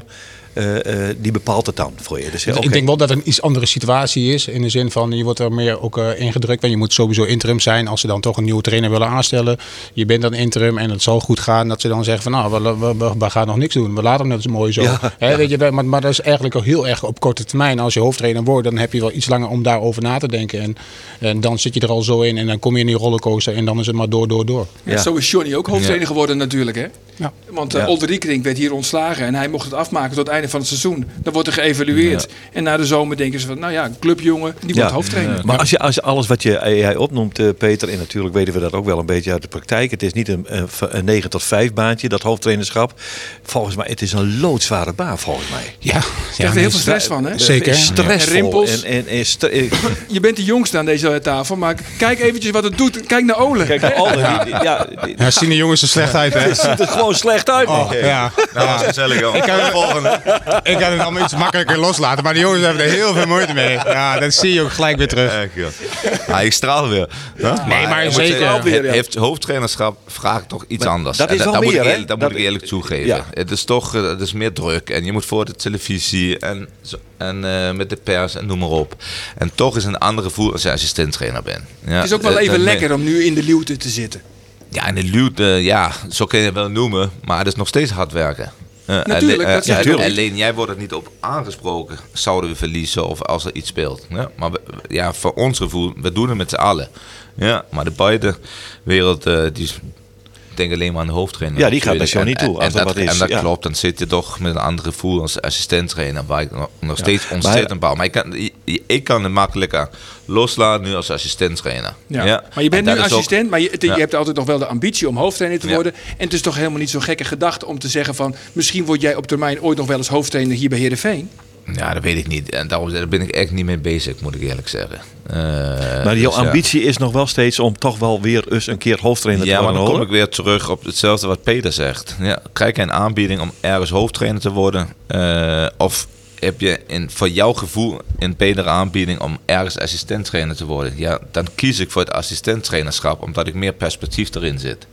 die bepaalt het dan voor je. Dus, Ik denk wel dat het een iets andere situatie is. In de zin van, je wordt er meer ook ingedrukt. Want je moet sowieso interim zijn. Als ze dan toch een nieuwe trainer willen aanstellen. Je bent dan interim en het zal goed gaan. Dat ze dan zeggen van, we gaan nog niks doen. We laten het mooi zo. Ja. Weet je, maar dat is eigenlijk ook heel erg op korte termijn. Als je hoofdtrainer wordt, dan heb je wel iets langer om daarover na te denken. En dan zit je er al zo in. En dan kom je in die rollercoaster. En dan is het maar door. Ja. Zo is Johnny ook hoofdtrainer geworden natuurlijk, hè? Ja. Want Olde Riekerink werd hier ontslagen en hij mocht het afmaken tot het einde van het seizoen. Dan wordt er geëvalueerd. Ja. En na de zomer denken ze van, een clubjongen, die wordt hoofdtrainer. Maar als je alles wat jij opnoemt, Peter, en natuurlijk weten we dat ook wel een beetje uit de praktijk. Het is niet een 9 tot 5 baantje, dat hoofdtrainerschap. Volgens mij, het is een loodzware baan, volgens mij. Ja. Je krijgt er heel veel stress van, hè? Zeker. Stressvol. Rimpels. Je bent de jongste aan deze tafel, maar kijk eventjes wat het doet. Kijk naar Ole. Kijk naar Ole. Ja, zien de jongens er slecht uit, hè? Het ziet er gewoon slecht uit. Ja. Dat was gezellig, joh. Ik kan het allemaal iets makkelijker loslaten, maar die jongens hebben er heel veel moeite mee. Ja, dat zie je ook gelijk weer terug. Ik straal weer. Nee, maar zeker. Heeft hoofdtrainerschap vraagt toch iets anders. Dat is wel meer, hè? Dat moet ik eerlijk toegeven. Ja. Het is toch het is meer druk. En je moet voor de televisie en met de pers en noem maar op. En toch is een andere gevoel als je assistent-trainer bent. Ja, het is ook wel even lekker om nu in de luwte te zitten. Ja, in de luwte, zo kun je het wel noemen. Maar het is nog steeds hard werken. Natuurlijk, dat zeg ik ook. Alleen jij wordt er niet op aangesproken. Zouden we verliezen of als er iets speelt. Ja, maar voor ons gevoel, we doen het met z'n allen. Ja, maar de buitenwereld, die denk alleen maar aan de hoofdtrainer. Ja, die gaat er zo niet toe. En dat klopt, dan zit je toch met een ander gevoel als assistent-trainer. Waar ik nog steeds ontzettend bouw. Maar ik kan het makkelijker loslaten nu als assistent-trainer. Ja. Maar je bent nu assistent, maar je hebt altijd nog wel de ambitie om hoofdtrainer te worden. En het is toch helemaal niet zo'n gekke gedachte om te zeggen van, misschien word jij op termijn ooit nog wel eens hoofdtrainer hier bij Heerenveen. Ja, dat weet ik niet. En daar ben ik echt niet mee bezig, moet ik eerlijk zeggen. Maar jouw ambitie is nog wel steeds om toch wel weer eens een keer hoofdtrainer te worden. Ja, maar dan kom ik weer terug op hetzelfde wat Peter zegt. Ja, krijg je een aanbieding om ergens hoofdtrainer te worden? Of heb je voor jouw gevoel een betere aanbieding om ergens assistenttrainer te worden? Ja, dan kies ik voor het assistenttrainerschap, omdat ik meer perspectief erin zit.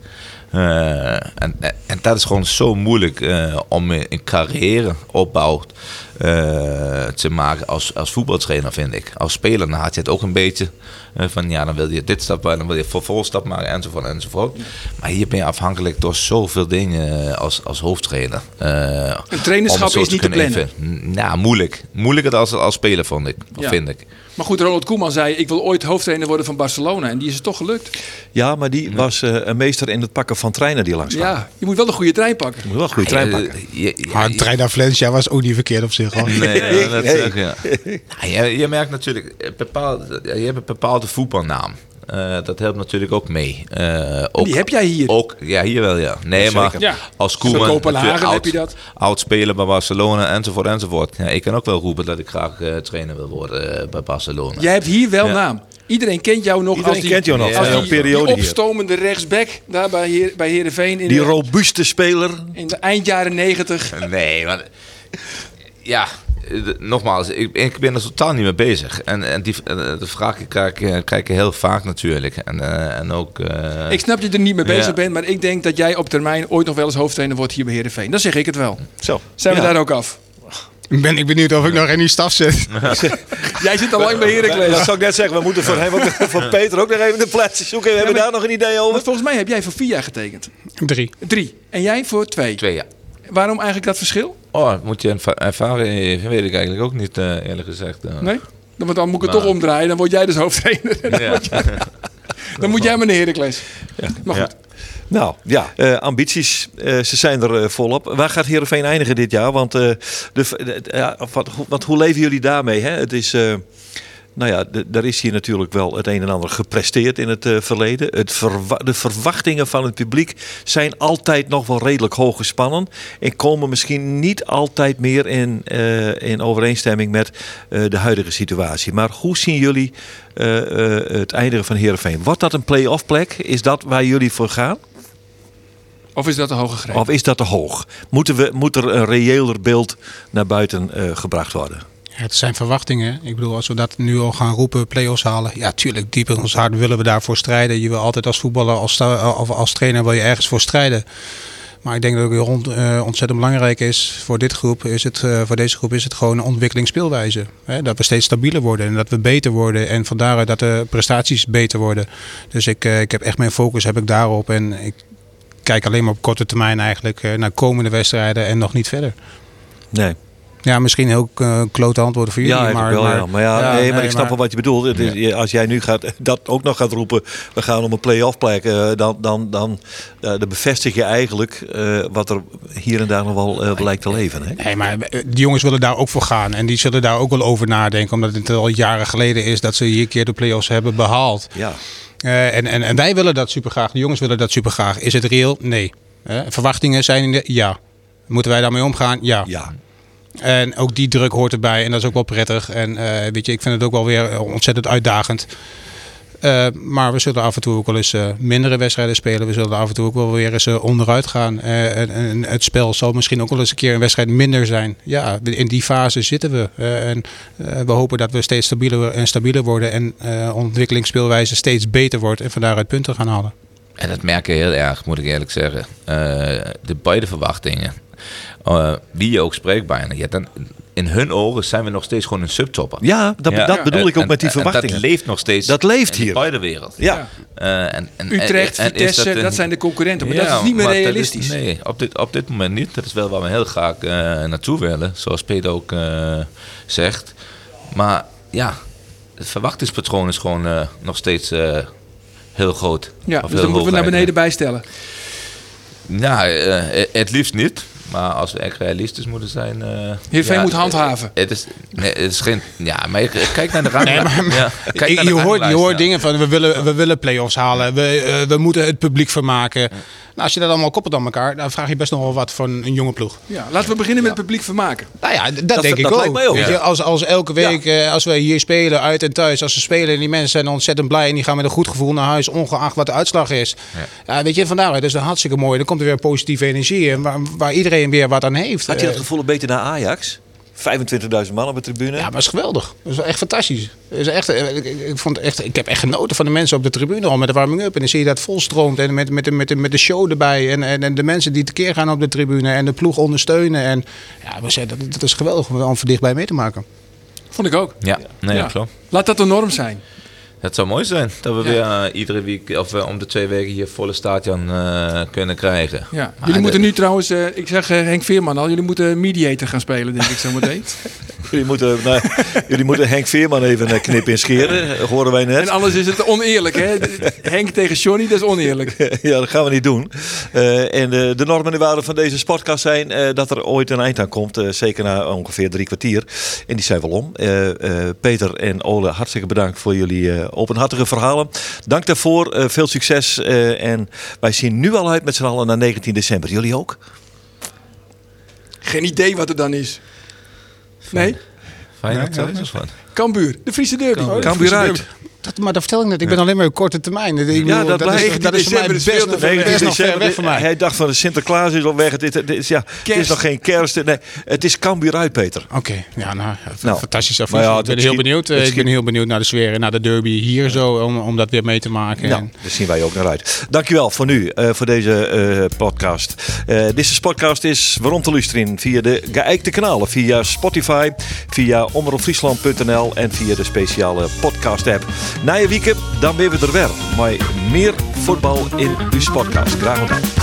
En dat is gewoon zo moeilijk om een carrière opbouw te maken als voetbaltrainer, vind ik. Als speler dan had je het ook een beetje van dan wil je dit stap, dan wil je vervolgstap maken enzovoort. Maar hier ben je afhankelijk door zoveel dingen als hoofdtrainer. Een trainerschap is niet te plannen. Moeilijk. Moeilijker als speler, vind ik. Maar goed, Ronald Koeman zei, ik wil ooit hoofdtrainer worden van Barcelona. En die is het toch gelukt. Ja, maar die was een meester in het pakken van treinen die langs kwamen. Ja, je moet wel een goede trein pakken. Je moet wel een goede trein pakken. Een trein naar Valencia was ook niet verkeerd op zich. Hoor. Je merkt natuurlijk, je hebt een bepaalde voetbalnaam. Dat helpt natuurlijk ook mee. Die heb jij hier? Ook, ja, hier wel, ja. Nee, maar als Koeman, Kopenhagen heb je dat. Oud speler bij Barcelona, enzovoort. Ja, ik kan ook wel roepen dat ik graag trainer wil worden bij Barcelona. Jij hebt hier wel naam. Iedereen kent jou nog als die opstomende rechtsback daar bij Heerenveen. Die robuuste speler. In de eind jaren 90. Nee, maar... Ja... Nogmaals, ik ben er totaal niet mee bezig. En de vraag krijg ik heel vaak natuurlijk. En ook, ik snap dat je er niet mee bezig bent, maar ik denk dat jij op termijn ooit nog wel eens hoofdtrainer wordt hier bij Heerenveen. Dan zeg ik het wel. Zo. Zijn we daar ook af? Ben ik benieuwd of ik nog in die staf zit. Jij zit al lang bij Heracles. Dat zou ik net zeggen. We moeten voor Peter ook nog even de plaats zoeken. We hebben daar nog een idee over. Volgens mij heb jij voor 4 jaar getekend. 3. En jij voor 2. 2 jaar. Waarom eigenlijk dat verschil? Moet je ervaren, weet ik eigenlijk ook niet, eerlijk gezegd. Nee? Dan moet ik het toch omdraaien. Dan word jij dus hoofdtrainer. Dan moet jij meneer Heracles. Ja. Maar goed. Nou ja, ambities, ze zijn er volop. Waar gaat Heerenveen eindigen dit jaar? Want hoe leven jullie daarmee? Hè? Het is... Nou ja, daar is hier natuurlijk wel het een en ander gepresteerd in het verleden. De verwachtingen van het publiek zijn altijd nog wel redelijk hoog gespannen. En komen misschien niet altijd meer in overeenstemming met de huidige situatie. Maar hoe zien jullie het eindigen van Heerenveen? Wordt dat een play-off plek? Is dat waar jullie voor gaan? Of is dat te hoog gegrepen? Of is dat te hoog? Moet er een reëler beeld naar buiten gebracht worden? Ja, het zijn verwachtingen. Ik bedoel, als we dat nu al gaan roepen, play-offs halen. Ja, tuurlijk, diep in ons hart willen we daarvoor strijden. Je wil altijd als voetballer, als trainer wil je ergens voor strijden. Maar ik denk dat het ontzettend belangrijk is voor deze groep is het gewoon een ontwikkeling speelwijze. Dat we steeds stabieler worden en dat we beter worden. En van daaruit dat de prestaties beter worden. Dus ik heb echt mijn focus daarop. En ik kijk alleen maar op korte termijn eigenlijk naar komende wedstrijden en nog niet verder. Nee. Ja, misschien heel klote antwoorden voor jullie. Ja, maar ik snap wel wat je bedoelt. Het is, als jij nu dat ook nog gaat roepen, we gaan om een play-off plek, dan bevestig je eigenlijk wat er hier en daar nog wel lijkt te leven. Hè? Nee, maar die jongens willen daar ook voor gaan. En die zullen daar ook wel over nadenken. Omdat het al jaren geleden is dat ze hier een keer de play-offs hebben behaald. Ja. En wij willen dat super graag. De jongens willen dat super graag. Is het reëel? Nee. Verwachtingen zijn ja. Moeten wij daarmee omgaan? Ja. En ook die druk hoort erbij. En dat is ook wel prettig. En weet je, ik vind het ook wel weer ontzettend uitdagend. Maar we zullen af en toe ook wel eens mindere wedstrijden spelen. We zullen af en toe ook wel weer eens onderuit gaan. En het spel zal misschien ook wel eens een keer een wedstrijd minder zijn. Ja, in die fase zitten we. En we hopen dat we steeds stabieler worden. En ontwikkelingsspeelwijze steeds beter wordt. En van daaruit punten gaan halen. En dat merken heel erg, moet ik eerlijk zeggen. De beide verwachtingen. Wie je ook spreekt bijna. Ja, dan, in hun ogen zijn we nog steeds gewoon een subtopper. Ja, dat bedoel ik ook met die verwachtingen. Dat leeft nog steeds. Dat leeft hier. In de buitenwereld. Ja. Utrecht, Vitesse, dat zijn de concurrenten. Maar dat is niet meer realistisch. Nee, op dit moment niet. Dat is wel waar we heel graag naartoe willen. Zoals Peter ook zegt. Maar ja, het verwachtingspatroon is gewoon nog steeds heel groot. Ja, dus dan moeten we naar beneden bijstellen. Nou, het liefst niet. Maar als we echt realistisch moeten zijn... Heerenveen moet handhaven. Het is geen... Ja, maar kijk naar de ranglijst. Je hoort dingen van we willen play-offs halen. We moeten het publiek vermaken. Nou, als je dat allemaal koppelt aan elkaar, dan vraag je best nog wel wat van een jonge ploeg. Ja, laten we beginnen met het publiek vermaken. Nou ja, dat denk ik ook. Mij ook. Ja. Als elke week, als we hier spelen, uit en thuis, als ze spelen en die mensen zijn ontzettend blij en die gaan met een goed gevoel naar huis, ongeacht wat de uitslag is. Ja, weet je, vandaar, dat is hartstikke mooi. Dan komt er weer positieve energie in, waar iedereen weer wat aan heeft. Had je dat gevoel een beetje naar Ajax? 25.000 man op de tribune. Ja, maar dat is geweldig. Dat is echt fantastisch. Dat is echt, ik heb echt genoten van de mensen op de tribune al met de warming-up. En dan zie je dat volstroomt en met de show erbij. En de mensen die tekeer gaan op de tribune en de ploeg ondersteunen. En ja, dat is geweldig om van dichtbij mee te maken. Vond ik ook. Ja, dat klopt. Laat dat de norm zijn. Het zou mooi zijn dat we weer iedere week of om de 2 weken hier volle stadion kunnen krijgen. Ja. Jullie moeten nu trouwens, ik zeg Henk Veerman al, jullie moeten mediator gaan spelen, denk ik zo meteen. jullie moeten Henk Veerman even knip inscheren, horen wij net. En anders is het oneerlijk, hè? Henk tegen Johnny, dat is oneerlijk. Ja, dat gaan we niet doen. En de normen en waarden van deze podcast zijn dat er ooit een eind aan komt. Zeker na ongeveer 3 kwartier. En die zijn wel om. Peter en Ole, hartstikke bedankt voor jullie openhartige verhalen. Dank daarvoor. Veel succes. En wij zien nu al uit met z'n allen naar 19 december. Jullie ook? Geen idee wat het dan is. Nee? Feyenoord thuis of wat? Cambuur, de Friese derby. Cambuur uit. Maar dat vertel ik net. Ik ben alleen maar op korte termijn. Dat is voor mij best nog ver weg van mij. Hij dacht van de Sinterklaas is al weg. Het is nog geen kerst. Nee, het is Cambuur uit, Peter. Oké. Ja, fantastisch. Ik ben heel benieuwd. Ik ben heel benieuwd naar de sfeer en naar de derby hier zo. Om dat weer mee te maken. Nou, daar zien wij ook naar uit. Dankjewel voor nu. Voor deze podcast. Deze podcast is waarom te luisteren via de geëikte kanalen. Via Spotify. Via omroepfriesland.nl. En via de speciale podcast app. Na je weekend, dan ben we er weer. Maar meer voetbal in uw podcast. Graag gedaan.